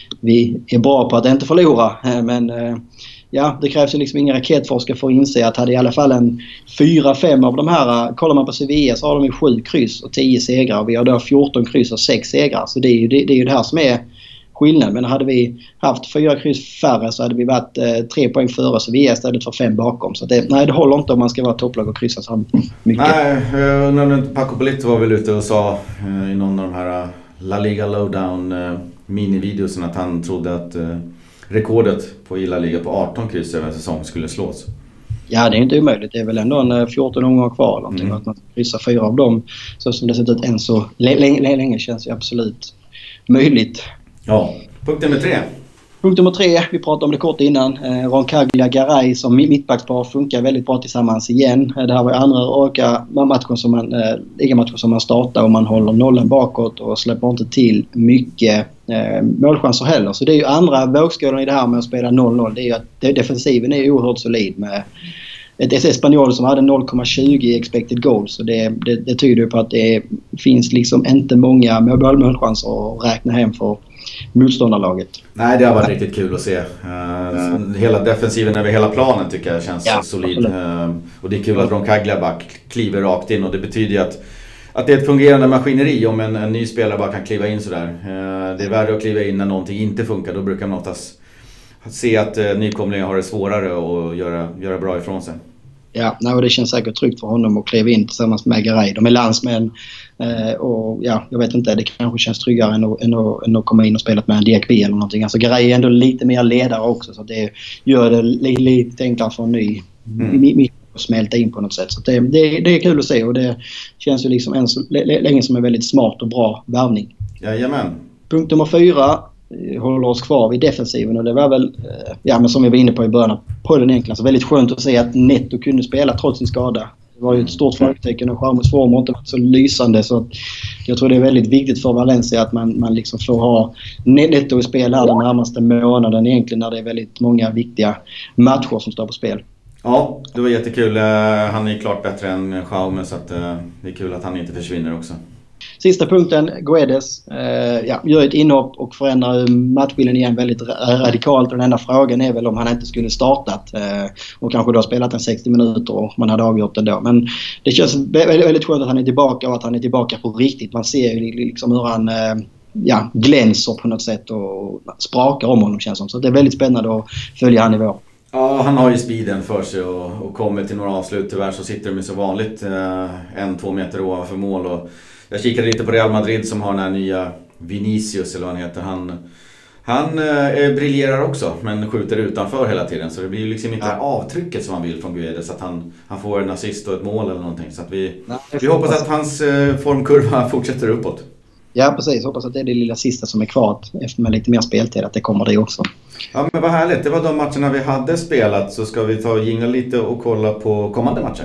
vi är bra på att inte förlora. Eh, men... Eh, Ja, det krävs ju liksom inga raketforskare för att inse att hade i alla fall en fyra fem av de här, kollar man på Sevilla så har de ju sju kryss och tio segrar och vi har då fjorton kryss och sex segrar. Så det är ju det, det, är ju det här som är skillnaden. Men hade vi haft fyra kryss färre så hade vi varit eh, tre poäng före Sevilla istället för fem bakom. Så det, nej, det håller inte om man ska vara topplag och kryssa så mycket. Nej, jag undrar inte, Paco Polito var väl ute och sa eh, i någon av de här uh, La Liga Lowdown uh, minivideosen att han trodde att uh, rekordet på La Liga på arton kryss över en säsong skulle slås. Ja, det är inte omöjligt. Det är väl ändå en fjorton omgångar kvar. Någonting, mm. Att man kryssar fyra av dem. Så som det sett ut än så länge, länge känns ju absolut möjligt. Ja, punkt nummer tre. Punkt nummer tre, vi pratade om det kort innan. Eh, Roncaglia Garay som mittbackspar funkar väldigt bra tillsammans igen. Eh, det här var ju andra raka matchen som man, eh, ligamatchen som man startar och man håller nollen bakåt och släpper inte till mycket eh, målchanser heller. Så det är ju andra vågskålen i det här med att spela noll noll. Det är ju att det, defensiven är oerhört solid med ett Espanyol som hade noll komma tjugo i expected goals. Så det, det, det tyder ju på att det finns liksom inte många målchanser att räkna hem för motståndarlaget. Nej, det har varit riktigt kul att se. Uh, ja. Hela defensiven över hela planen tycker jag känns ja, solid. Uh, och det är kul att Roncaglia bara kliver rakt in och det betyder ju att, att det är ett fungerande maskineri om en, en ny spelare bara kan kliva in sådär. Uh, det är värre att kliva in när någonting inte funkar. Då brukar man oftast se att uh, nykomlingar har det svårare och göra, göra bra ifrån sig. Ja, nej, och det känns säkert tryggt för honom att kliva in tillsammans med Garay. De är landsmän eh, och ja, jag vet inte, det kanske känns tryggare än att, än att, än att komma in och spela med en D K B eller någonting. Alltså Garay är ändå lite mer ledare också så det gör det li, lite enklare för en ny mm. att smälta in på något sätt. Så det, det, det är kul att se och det känns ju liksom än så länge som en väldigt smart och bra värvning. Jajamän. Punkt nummer fyra. håller oss kvar vid defensiven, och det var väl, ja, men som vi var inne på i början på den enkla, så väldigt skönt att se att Neto kunde spela trots sin skada. Det var ju ett stort frågetecken och Schaumes form har inte varit så lysande, så att jag tror det är väldigt viktigt för Valencia att man, man liksom får ha Neto i spel här den närmaste månaden egentligen, när det är väldigt många viktiga matcher som står på spel. Ja, det var jättekul. Han är klart bättre än Schaume, så att det är kul att han inte försvinner också. Sista punkten, Guedes eh, ja, gör ett inhopp och förändrar matchbilden igen väldigt radikalt. Och den enda frågan är väl om han inte skulle startat eh, och kanske då spelat en sextio minuter och man hade avgjort den då. Men det känns väldigt, väldigt skönt att han är tillbaka och att han är tillbaka på riktigt. Man ser ju liksom hur han eh, ja, glänser på något sätt och sprakar om honom, känns som. Så det är väldigt spännande att följa han i vår. Ja, han har ju speeden för sig och, och kommer till några avslut. Tyvärr så sitter de ju så vanligt eh, en, två meter ovanför mål. Och jag kikade lite på Real Madrid som har den här nya Vinicius, eller vad han heter. Han, han eh, briljerar också, men skjuter utanför hela tiden. Så det blir ju liksom inte ja. avtrycket som han vill från Guedes, att han, han får en assist och ett mål eller någonting. Så att vi, Nej, vi hoppas att hans eh, formkurva fortsätter uppåt. Ja, precis. Hoppas att det är det lilla sista som är kvar efter med lite mer speltid, att det kommer det också. Ja, men vad härligt. Det var de matcherna vi hade spelat. Så ska vi ta och gingla lite och kolla på kommande matcher.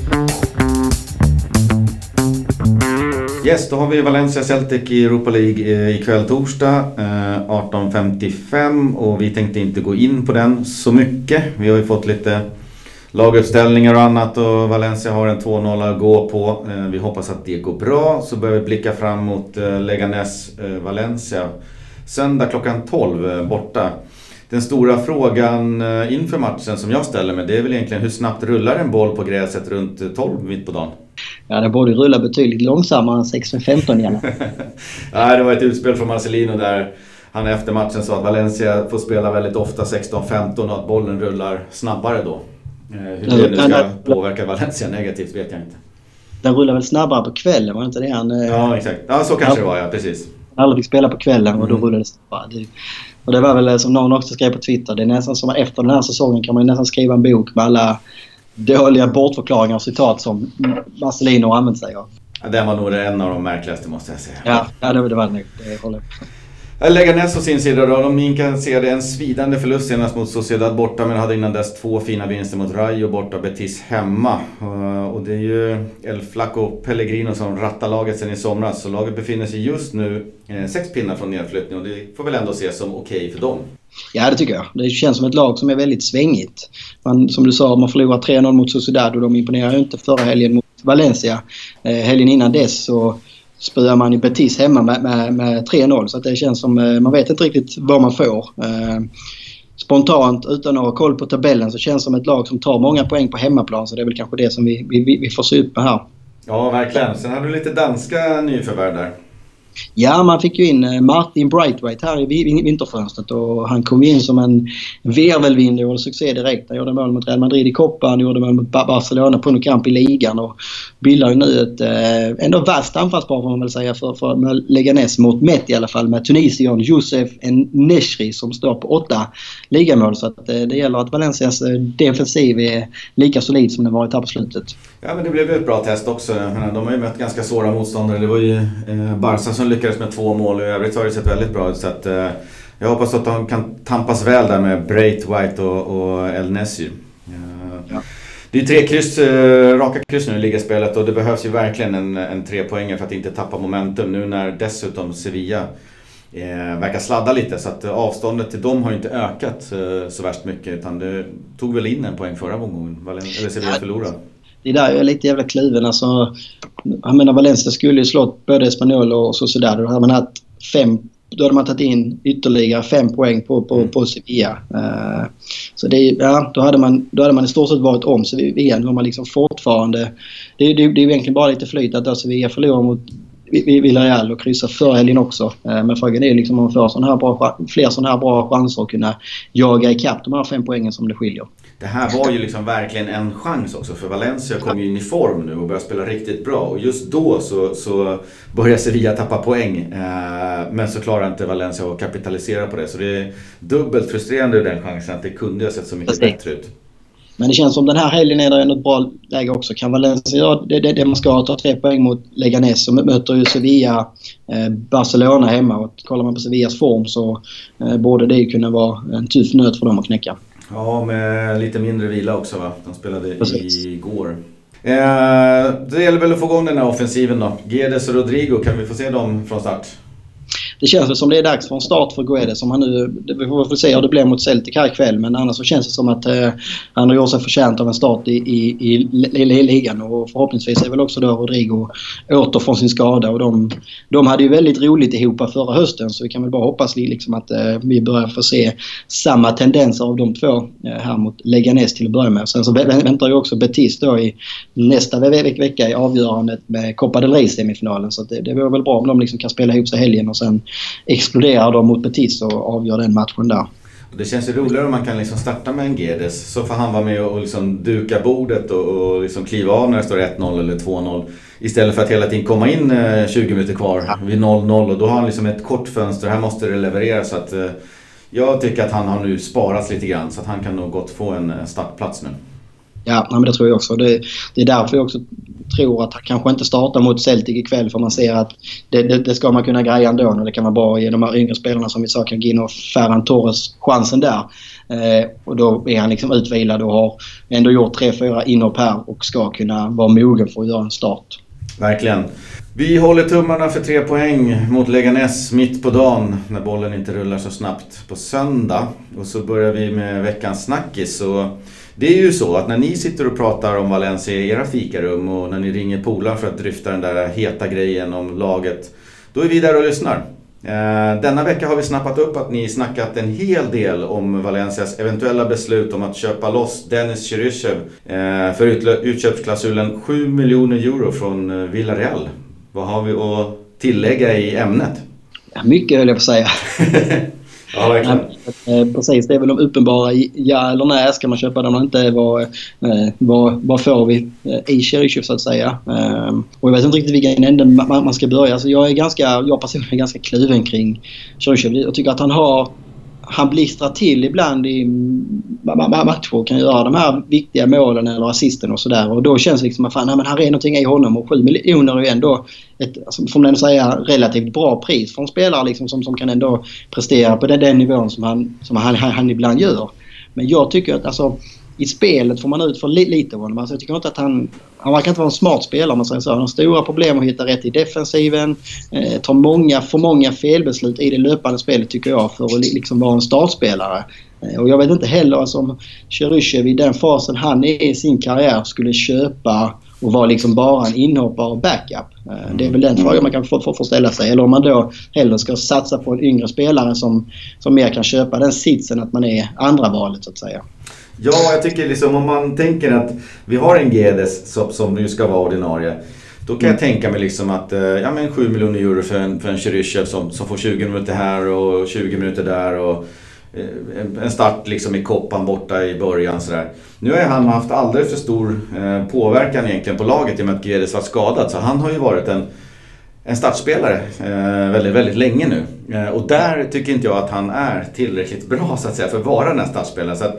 Yes, då har vi Valencia Celtic i Europa League ikväll torsdag arton femtiofem, och vi tänkte inte gå in på den så mycket. Vi har ju fått lite laguppställningar och annat, och Valencia har en två noll att gå på. Vi hoppas att det går bra, så börjar vi blicka fram mot Leganés Valencia söndag klockan tolv borta. Den stora frågan inför matchen som jag ställer mig, det är väl egentligen hur snabbt rullar en boll på gräset runt tolv mitt på dagen? Ja, det borde rulla betydligt långsammare än sex femton igen. Nej, det var ett utspel från Marcelino där han efter matchen sa att Valencia får spela väldigt ofta sexton femton och att bollen rullar snabbare då. Hur det nu ska påverka Valencia negativt vet jag inte. Den rullar väl snabbare på kvällen, var det inte det han... Ja, exakt. Ja, så kanske det var, ja, precis. Han aldrig fick spela på kvällen och då rullade det snabbare. Och det var väl som någon också skrev på Twitter, det är nästan som att efter den här säsongen kan man nästan skriva en bok med alla dåliga bortförklaringar och citat som Marcelino har använt sig av. Ja, det var nog en av de märkligaste, måste jag säga. Ja, ja det var det nog. Det håller jag. Leganés å sin sida då, de inkasserade en svidande förlust senast mot Sociedad borta, men hade innan dess två fina vinster mot Rayo borta, Betis hemma. Och det är ju El Flaco Pellegrino som rattar laget sen i somras, så laget befinner sig just nu sex pinnar från nedflyttning, och det får väl ändå ses som okej för dem. Ja, det tycker jag. Det känns som ett lag som är väldigt svängigt. Man, som du sa, man förlorar tre noll mot Sociedad och de imponerar ju inte förra helgen mot Valencia. Eh, helgen innan dess så spöar man i Betis hemma med, med, med tre noll, så att det känns som eh, man vet inte riktigt vad man får. Eh, spontant, utan att ha koll på tabellen, så känns det som ett lag som tar många poäng på hemmaplan, så det är väl kanske det som vi, vi, vi får se upp med här. Ja, verkligen. Sen hade du lite danska nyförvärv där. Ja, man fick ju in Martin Braithwaite här i vinterfönstret, och han kom in som en virvelvind och succé direkt. Han gjorde mål mot Real Madrid i Copa, han gjorde mål mot Barcelona på en kamp i ligan och bildar ju nu ett eh, ändå vast anfallspar, får man väl säga, för, för Leganés mot Met i alla fall, med Tunisian Youssef Neshri som står på åtta ligamål, så att eh, det gäller att Valencias defensiv är lika solid som den varit här på slutet. Ja, men det blev ett bra test också. De har ju mött ganska svåra motståndare. Det var ju eh, Barca som lyckades med två mål, och i övrigt har det sett väldigt bra ut, så att eh, jag hoppas att de kan tampas väl där med Braithwaite och, och El Nesir. Eh, ja. Det är tre kryss, eh, raka kryss nu i ligaspelet, och det behövs ju verkligen en, en tre poänger för att inte tappa momentum nu när dessutom Sevilla eh, verkar sladda lite, så att avståndet till dem har ju inte ökat eh, så värst mycket, utan det tog väl in en poäng förra gången, eller Sevilla förlorade. Det där är lite jävla kluven. Alltså, jag menar, Valencia skulle ju slått både Espanyol och Sociedad. Då hade man haft fem, då hade man tagit in ytterligare fem poäng på, på, mm. på Sevilla. Uh, så det, ja, då, hade man, då hade man i stort sett varit om Sevilla. Nu har man liksom fortfarande... Det, det, det är egentligen bara lite flyt att Sevilla förlorar mot Villarreal och kryssar för helgen också. Uh, men frågan är liksom om man får sån här bra, fler sådana här bra chanser att kunna jaga ikapp de här fem poängen som det skiljer. Det här var ju liksom verkligen en chans också, för Valencia kom ju in i form nu och började spela riktigt bra, och just då så, så börjar Sevilla tappa poäng, eh, men så klarar inte Valencia att kapitalisera på det, så det är dubbelt frustrerande ur den chansen att det kunde ha sett så mycket bättre ut. Men det känns som den här helgen är det ett bra läge också. Kan Valencia göra det, det, det man ska ta tre poäng mot Leganés, så möter ju Sevilla eh, Barcelona hemma. Och kollar man på Sevillas form så eh, borde det kunna vara en tuff nöt för dem att knäcka. Ja, med lite mindre vila också va? De spelade Precis. igår. Eh, det gäller väl att få igång den här offensiven då. Guedes och Rodrigo, kan vi få se dem från start? Det känns som det är dags för en start för Guedes. Som han nu, vi får väl se hur det blir mot Celtic här ikväll. Men annars så känns det som att eh, han har gjort sig förtjänt av en start i, i, i, i, i ligan. Och förhoppningsvis är väl också då Rodrigo åter från sin skada. Och de, de hade ju väldigt roligt ihop förra hösten. Så vi kan väl bara hoppas liksom att eh, vi börjar få se samma tendenser av de två eh, här mot Leganés till att börja med. Sen så väntar ju också Betis då i nästa ve- vecka i avgörandet med Copa del Rey-semifinalen. Så det, det vore väl bra om de liksom kan spela ihop sig helgen och sen exploderar de mot Betis och avgör den matchen där. Det känns ju roligare om man kan liksom starta med en Guedes, så får han vara med och liksom duka bordet och, och liksom kliva av när det står ett noll eller två noll, istället för att hela tiden komma in tjugo minuter kvar ja. vid noll noll, och då har han liksom ett kort fönster. Här måste det leverera, så att eh, jag tycker att han har nu sparats lite grann, så att han kan nog gott få en startplats nu. Ja, men det tror jag också. Det, det är därför jag också tror att han kanske inte startar mot Celtic ikväll, för man ser att det, det, det ska man kunna greja ändå, och det kan vara bra ge de här yngre spelarna som vi sa, kan ge in och Ferran Torres chansen där. Eh, och då är han liksom utvilad och har ändå gjort tre fyra inhopp här och ska kunna vara mogen för att göra en start. Verkligen. Vi håller tummarna för tre poäng mot Leganés mitt på dagen, när bollen inte rullar så snabbt på söndag. Och så börjar vi med veckans snackis. Och det är ju så att när ni sitter och pratar om Valencia i era fikarum och när ni ringer Pola för att dryfta den där heta grejen om laget, då är vi där och lyssnar. Denna vecka har vi snappat upp att ni snackat en hel del om Valencias eventuella beslut om att köpa loss Denis Cheryshev för utköpsklausulen sju miljoner euro från Villarreal. Vad har vi att tillägga i ämnet? Ja, mycket höll jag på att säga. Ja, verkligen. Ja, precis, det är väl de uppenbara ja eller nej. Ska man köpa dem eller inte? Vad, vad, vad får vi i Cheryshev så att säga? Och jag vet inte riktigt vilken ände man ska börja. Alltså jag är ganska, jag personligen är ganska kluven kring Cheryshev. Jag tycker att han har han blixtrar till ibland i matcher och kan göra de här viktiga målen eller assisten och sådär. Och då känns det liksom att fan, nej, men här är någonting i honom, och sju miljoner är ju ändå ett, alltså, får man säga, relativt bra pris för en spelare liksom, som, som kan ändå prestera på den, den nivån som, han, som han, han, han ibland gör. Men jag tycker att alltså, i spelet får man ut för li, lite av honom. Alltså, jag tycker inte att han... Han verkar inte vara en smart spelare, man säger så. Han har stora problem att hitta rätt i defensiven. Eh, tar många, för många felbeslut i det löpande spelet tycker jag, för att liksom vara en startspelare. Eh, och jag vet inte heller alltså, om Cheryshev i den fasen han är i sin karriär skulle köpa och vara liksom bara en inhoppare och backup. Eh, det är väl den frågan man kan få, få, få ställa sig. Eller om man då hellre ska satsa på en yngre spelare som, som mer kan köpa den sitsen att man är andra valet så att säga. Ja, jag tycker liksom om man tänker att vi har en Guedes som, som nu ska vara ordinarie, då kan mm. jag tänka mig liksom att ja, men sju miljoner euro för en, för en Cheryshev som, som får tjugo minuter här och tjugo minuter där och eh, en start liksom i koppan borta i början sådär. Nu har han haft alldeles för stor eh, påverkan egentligen på laget i och med att Guedes var skadad, så han har ju varit en En startspelare eh, väldigt, väldigt länge nu. Eh, och där tycker inte jag att han är tillräckligt bra så att säga för att vara den här startspelaren. Så att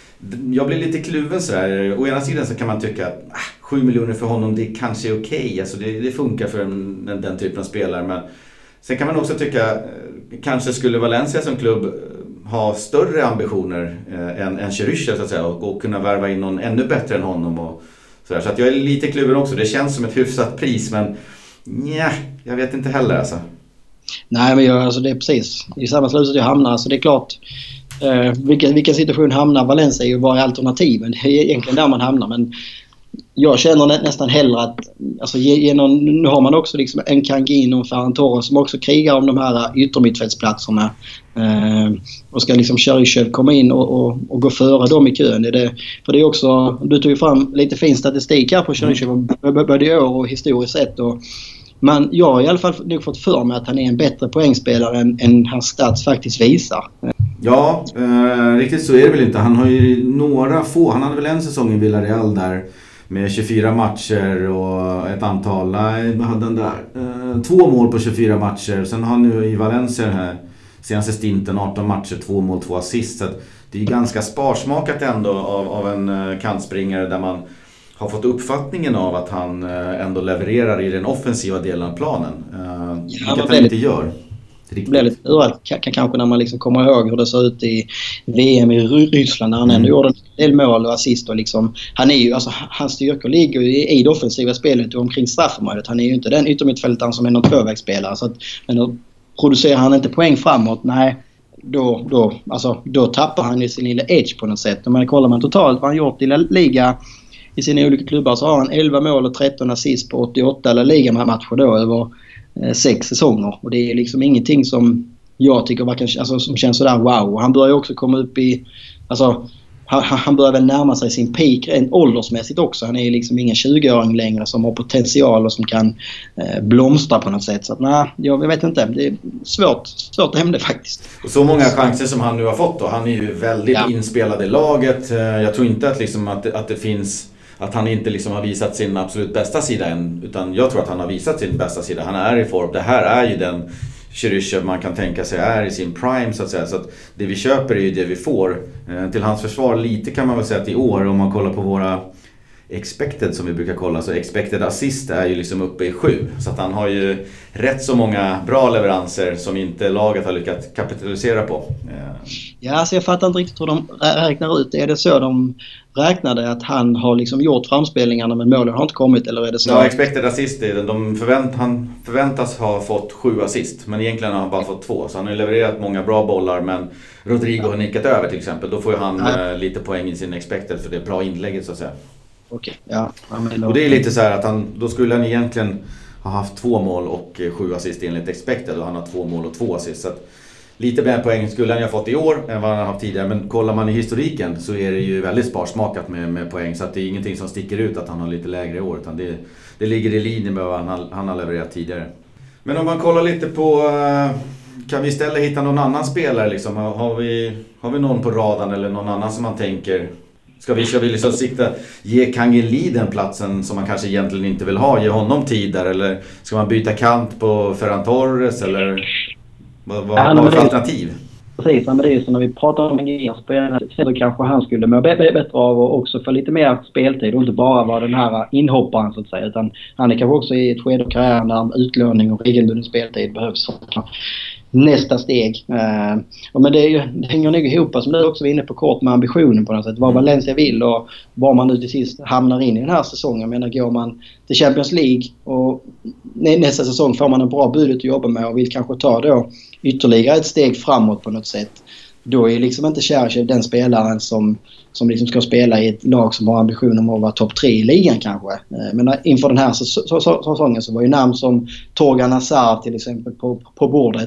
jag blir lite kluven sådär. Å ena sidan så kan man tycka att ah, sju miljoner för honom, det kanske är okej. Okay. Alltså det, det funkar för en, en, den typen av spelare. Men sen kan man också tycka, eh, kanske skulle Valencia som klubb ha större ambitioner eh, än, än Cheryshev så att säga. Och, och kunna värva in någon ännu bättre än honom. Och sådär. Så att jag är lite kluven också. Det känns som ett hyfsat pris, men ja, jag vet inte heller alltså. Nej, men jag, alltså det är precis i samma slutet jag hamnar. Alltså det är klart, eh, vilken, vilken situation hamnar Valencia i och vad är alternativen? Det är egentligen där man hamnar, men jag känner nä, nästan hellre att alltså, genom, nu har man också liksom en Kangin och Ferran Torres som också krigar om de här yttermittfältsplatserna eh, och ska liksom Cheryshev komma in och, och, och gå före dem i kön. Är det, för det är också, du tog ju fram lite fin statistik här på Cheryshev både i år och historiskt sett, och man, jag har i alla fall nog fått för mig att han är en bättre poängspelare än, än hans stats faktiskt visar. Ja, eh, riktigt så är det väl inte. Han har ju några få, han hade väl en säsong i Villarreal där med tjugofyra matcher och ett antal, nej, vad hade han där? Eh, två mål på tjugofyra matcher. Sen har han nu i Valencia här senaste stinten arton matcher, två mål, två assist. Så att det är ganska sparsmakat ändå av, av en kantspringare där man har fått uppfattningen av att han ändå levererar i den offensiva delen av planen. Ja, vilket han inte gör. Det blir lite uralt kanske när man liksom kommer ihåg hur det såg ut i V M i Ryssland när han ändå mm. gjorde en del mål och assist. Och liksom, han är ju, alltså, hans styrkor ligger ju i det offensiva spelet och omkring straffområdet. Han är ju inte den yttermittfältaren som är någon tvåvägsspelare. Så att, men då producerar han inte poäng framåt, nej, då, då, alltså, då tappar han ju sin lilla edge på något sätt. Om man kollar man totalt vad han gjort i La Liga i sina olika klubbar, så har han elva mål och tretton assist på åttioåtta La Liga-matcher då över sex säsonger. Och det är liksom ingenting som jag tycker var, alltså, som känns sådär wow. Han börjar ju också komma upp i, alltså han, han börjar väl närma sig sin peak rent åldersmässigt också. Han är ju liksom ingen tjugo-åring längre som har potential och som kan eh, blomstra på något sätt. Så att nej, jag vet inte. Det är svårt, svårt att hämna faktiskt. Och så många chanser som han nu har fått då. Han är ju väldigt ja. inspelad i laget. Jag tror inte att, liksom, att, att det finns att han inte liksom har visat sin absolut bästa sida än, utan jag tror att han har visat sin bästa sida. Han är i form. Det här är ju den Cheryshev man kan tänka sig är i sin prime så att säga. Så att det vi köper är ju det vi får. Eh, till hans försvar lite kan man väl säga att i år, om man kollar på våra expected som vi brukar kolla, så expected assist är ju liksom uppe i sju. Så att han har ju rätt så många bra leveranser som inte laget har lyckats kapitalisera på. Eh. Ja, alltså jag fattar inte riktigt hur de räknar ut. Är det så de räknade att han har liksom gjort framspelningarna men målen har inte kommit, eller är det så? Ja, expected assist är det. De förvänt, han förväntas ha fått sju assist, men egentligen har han bara fått två. Så han har levererat många bra bollar, men Rodrigo har nickat över till exempel. Då får ju han ja. lite poäng i sin expected för det bra inlägget så att säga. Okej, ja. Och det är lite så här att han, då skulle han egentligen ha haft två mål och sju assist enligt expected, och han har två mål och två assist. Så att lite mer poäng skulle han ha fått i år än vad han har haft tidigare. Men kollar man i historiken så är det ju väldigt sparsmakat med, med poäng. Så att det är ingenting som sticker ut att han har lite lägre i år. Utan det, det ligger i linje med vad han, han har levererat tidigare. Men om man kollar lite på, kan vi istället hitta någon annan spelare liksom? Har vi, har vi någon på radarn eller någon annan som man tänker, ska vi, ska vi liksom sikta, ge Kangeli den platsen som man kanske egentligen inte vill ha, ge honom tid där, eller ska man byta kant på Ferran Torres, eller vad, vad, ja, vad är för alternativ? Precis, men det är ju så när vi pratar om G-spelare så kanske han skulle må bättre av och också få lite mer speltid och inte bara vara den här inhopparen så att säga, utan han är kanske också i ett skede av karriären där utlåning och regelbunden speltid behövs nästa steg. Uh, och men det, är ju, det hänger nog ihop som du också var inne på kort med ambitionen på något sätt. Vad Valencia vill och var man nu till sist hamnar in i den här säsongen. Jag menar, går man till Champions League och nästa säsong får man en bra budget att jobba med och vill kanske ta då ytterligare ett steg framåt på något sätt. Då är liksom inte Cherchev den spelaren som, som liksom ska spela i ett lag som har ambition om att vara topp tre i ligan kanske. Men inför den här säsongen så var ju namn som Torgan Hazard till exempel på, på bordet.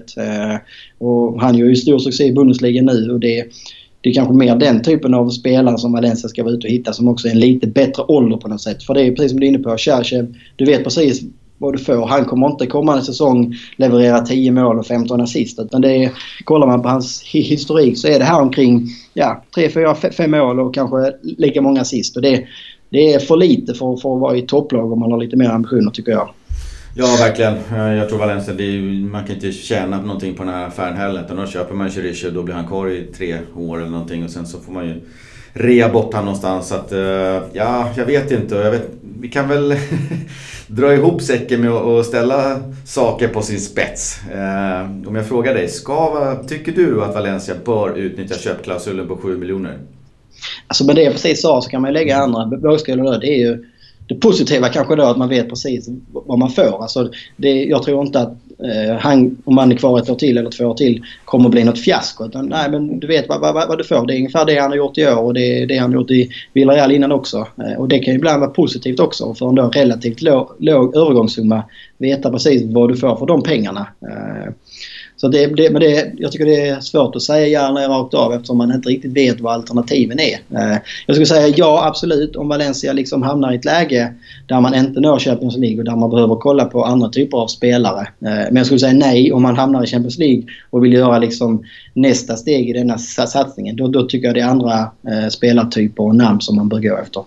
Och han gör ju stor succé i Bundesliga nu och det, det är kanske mer den typen av spelare som Valencia ska vara ute och hitta som också är en lite bättre ålder på något sätt. För det är precis som du är inne på, Cherchev, du vet precis vad du får. Han kommer inte kommande säsong leverera tio mål och femton assist. Utan det är, kollar man på hans historik så är det här omkring ja, tre, fyra, fem mål och kanske lika många assist. Och det, det är för lite för, för att vara i topplag om man har lite mer ambitioner tycker jag. Ja, verkligen. Jag tror Valencia, det är, man kan inte tjäna någonting på den här affären heller. Utan då köper man Cheryshev, då blir han kvar i tre år eller någonting. Och sen så får man ju rea bort han någonstans. Så att, ja, jag vet inte. Jag vet, vi kan väl dra ihop säcken med att ställa saker på sin spets. Eh, om jag frågar dig, ska, tycker du att Valencia bör utnyttja köpklausulen på sju miljoner? Alltså med det jag precis sa så kan man lägga andra vågskålar. Det är ju det positiva kanske då att man vet precis vad man får. Alltså det, jag tror inte att eh, han, om man är kvar ett år till eller två år till, kommer bli något fiasko. Utan, nej, men du vet vad, vad, vad du får. Det är ungefär det han har gjort i år och det är det han har gjort i Villarreal innan också. Eh, och det kan ju ibland vara positivt också för en då relativt låg, låg övergångssumma veta precis vad du får för de pengarna. Eh, Så det, det, men det, jag tycker det är svårt att säga ja eller rakt av eftersom man inte riktigt vet vad alternativen är. Eh, jag skulle säga ja absolut om Valencia liksom hamnar i ett läge där man inte når Champions League och där man behöver kolla på andra typer av spelare. Eh, men jag skulle säga nej om man hamnar i Champions League och vill göra liksom nästa steg i denna satsningen. Då, då tycker jag det är andra eh, spelartyper och namn som man bör gå efter.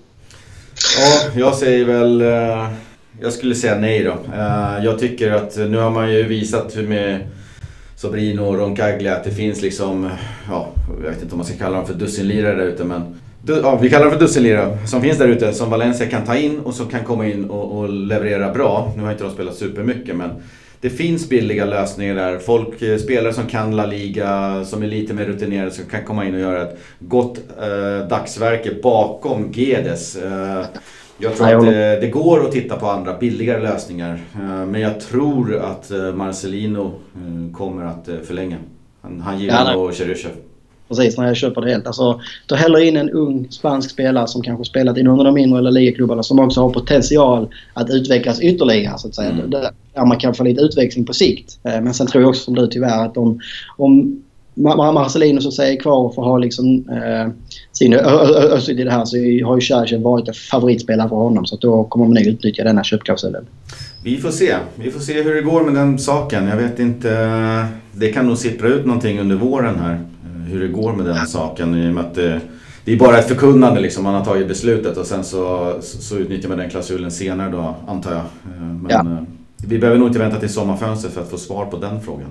Ja, jag säger väl... Eh, jag skulle säga nej då. Eh, jag tycker att nu har man ju visat med Sobrino, Roncaglia, att det finns liksom, ja, jag vet inte om man ska kalla dem för dussinlirare där ute, men ja, vi kallar dem för dussinlirare som finns där ute som Valencia kan ta in och som kan komma in och, och leverera bra. Nu har inte de spelat supermycket, men det finns billiga lösningar där. Folk, spelare som kan La Liga, som är lite mer rutinerade, som kan komma in och göra ett gott eh, dagsverke bakom Guedes. Eh, jag tror att det, det går att titta på andra billigare lösningar. Eh, men jag tror att eh, Marcelino eh, kommer att eh, förlänga. Han, han gillar ja, att Cheryshev. Precis, när jag köper det helt. Alltså, ta hellre in en ung spansk spelare som kanske spelat i någon av de mindre La Liga-klubbarna som också har potential att utvecklas ytterligare, så att säga. Mm. Där man kan få lite utväxling på sikt. Men sen tror jag också som du tyvärr att om, om Marcelino så att säga är kvar och får ha liksom, eh, sin öst i det här, så har ju Cheryshev varit en favoritspelare för honom, så att då kommer man nog utnyttja denna köpklausulen. Vi får se. Vi får se hur det går med den saken. Jag vet inte. Det kan nog sippra ut någonting under våren här. Hur det går med den ja. saken. I och med att det, det är bara ett förkunnande liksom. Man har tagit beslutet och sen så, så utnyttjar man den klausulen senare då, antar jag. Men ja. vi behöver nog inte vänta till sommarfönstret för att få svar på den frågan.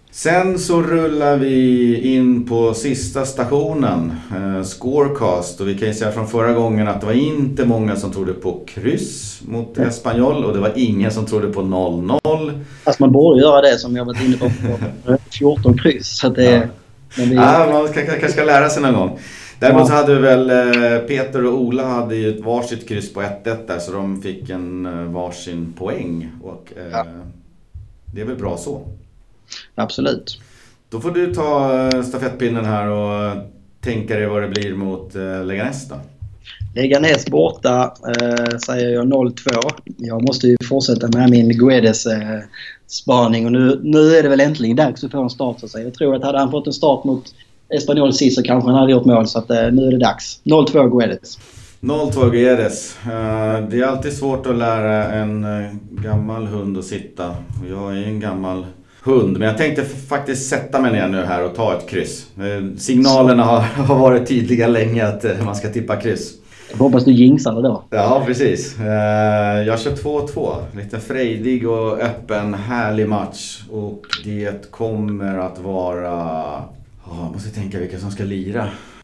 Sen så rullar vi in på sista stationen, eh, Scorecast, och vi kan ju säga från förra gången att det var inte många som trodde på kryss mot Espanyol och det var ingen som trodde på noll noll. Fast man borde göra det som jag varit inne på, på fjorton kryss. Så att det, ja. Men vi... ja, man ska, kanske ska lära sig någon gång. Däremot så hade vi väl eh, Peter och Ola hade ju ett varsitt kryss på ett ett där, så de fick en eh, varsin poäng och eh, ja. det är väl bra så. Absolut. Då får du ta stafettpinnen här och tänka dig vad det blir mot eh, Leganés då. Leganés borta eh, säger jag noll två. Jag måste ju fortsätta med min Guedes eh, spaning och nu, nu är det väl äntligen dags att få en start så att säga. Jag tror att hade han fått en start mot Espanyol sist så kanske han hade gjort mål, så att eh, nu är det dags. noll två Guedes. noll två Guedes. Uh, det är alltid svårt att lära en uh, gammal hund att sitta. Jag är en gammal hund, men jag tänkte faktiskt sätta mig ner nu här och ta ett kryss. Signalerna har, har varit tydliga länge att man ska tippa kryss. Jag hoppas du jinxar det då. Ja, precis. Jag kör två två. Lite frejdig och öppen, härlig match. Och det kommer att vara... Oh, jag måste tänka vilka som ska lira.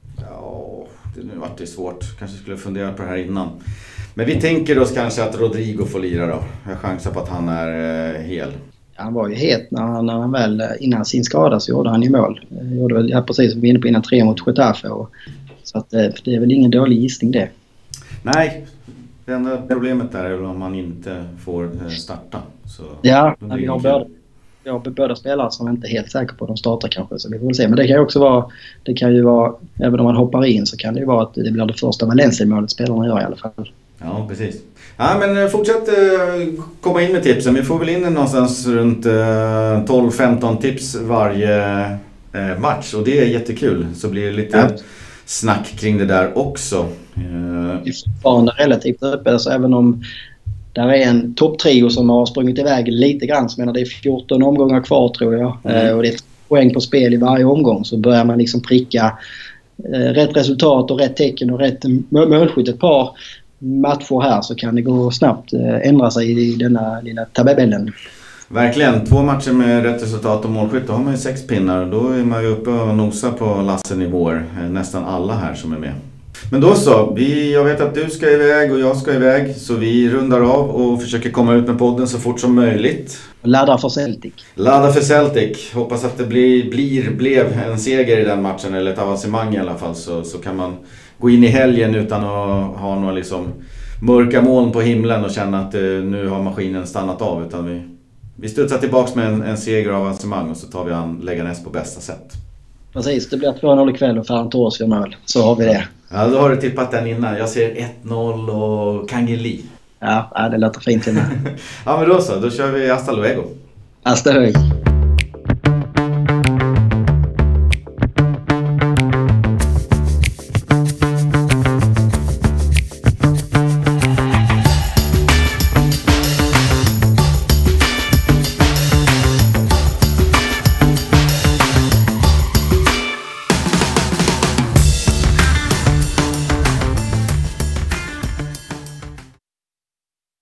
Ja, det nu vart det svårt. Kanske skulle fundera på det här innan. Men vi tänker oss kanske att Rodrigo får lira då. Jag chansar på att han är hel. Han var ju het när han, när han väl innan sin skada så gjorde han ju mål. Jag gjorde väl, jag precis som vi inne på innan tre mot Getafe. Och, så att det, det är väl ingen dålig gissning det. Nej, det enda problemet där är väl om man inte får starta. Så ja, vi har båda, vi har båda spelare som inte är helt säkra på att de startar kanske. Så vi får väl se. Men det kan ju också vara, det kan ju vara, även om man hoppar in så kan det ju vara att det blir det första Valencia-målet spelarna gör i alla fall. Ja, precis. Ja, men fortsätt eh, komma in med tipsen. Vi får väl in någonstans runt eh, tolv femton tips varje eh, match. Och det är jättekul. Så blir det lite ja. snack kring det där också. Eh. Det är fortfarande relativt uppe. Alltså, även om där är en topptrio som har sprungit iväg lite grann. Så menar det är fjorton omgångar kvar tror jag. Mm. Eh, och det är poäng på spel i varje omgång. Så börjar man liksom pricka eh, rätt resultat och rätt tecken och rätt målskytt ett par matcher här, så kan det gå snabbt eh, ändra sig i denna lilla tabellen. Verkligen, två matcher med rätt resultat och målskytt, då har man ju sex pinnar. Då är man ju uppe och nosar på Lasse-nivåer, nästan alla här som är med. Men då så, vi, jag vet att du ska iväg och jag ska iväg, så vi rundar av och försöker komma ut med podden så fort som möjligt. Ladda för Celtic. Ladda för Celtic. Hoppas att det blir, blir, blev en seger i den matchen, eller ett avancemang i alla fall, så, så kan man gå in i helgen utan att ha några liksom mörka moln på himlen och känna att eh, nu har maskinen stannat av, utan vi, vi studsar tillbaks med en, en seger av avancemang och så tar vi an Leganés på bästa sätt. Precis, det blir två noll ikväll och Ferran Torres gör mål. Så har vi det. Ja, då har du tippat den innan. Jag ser ett noll och Kangeli. Ja, det låter fint till mig. Ja, men då så. Då kör vi hasta luego. Hasta luego.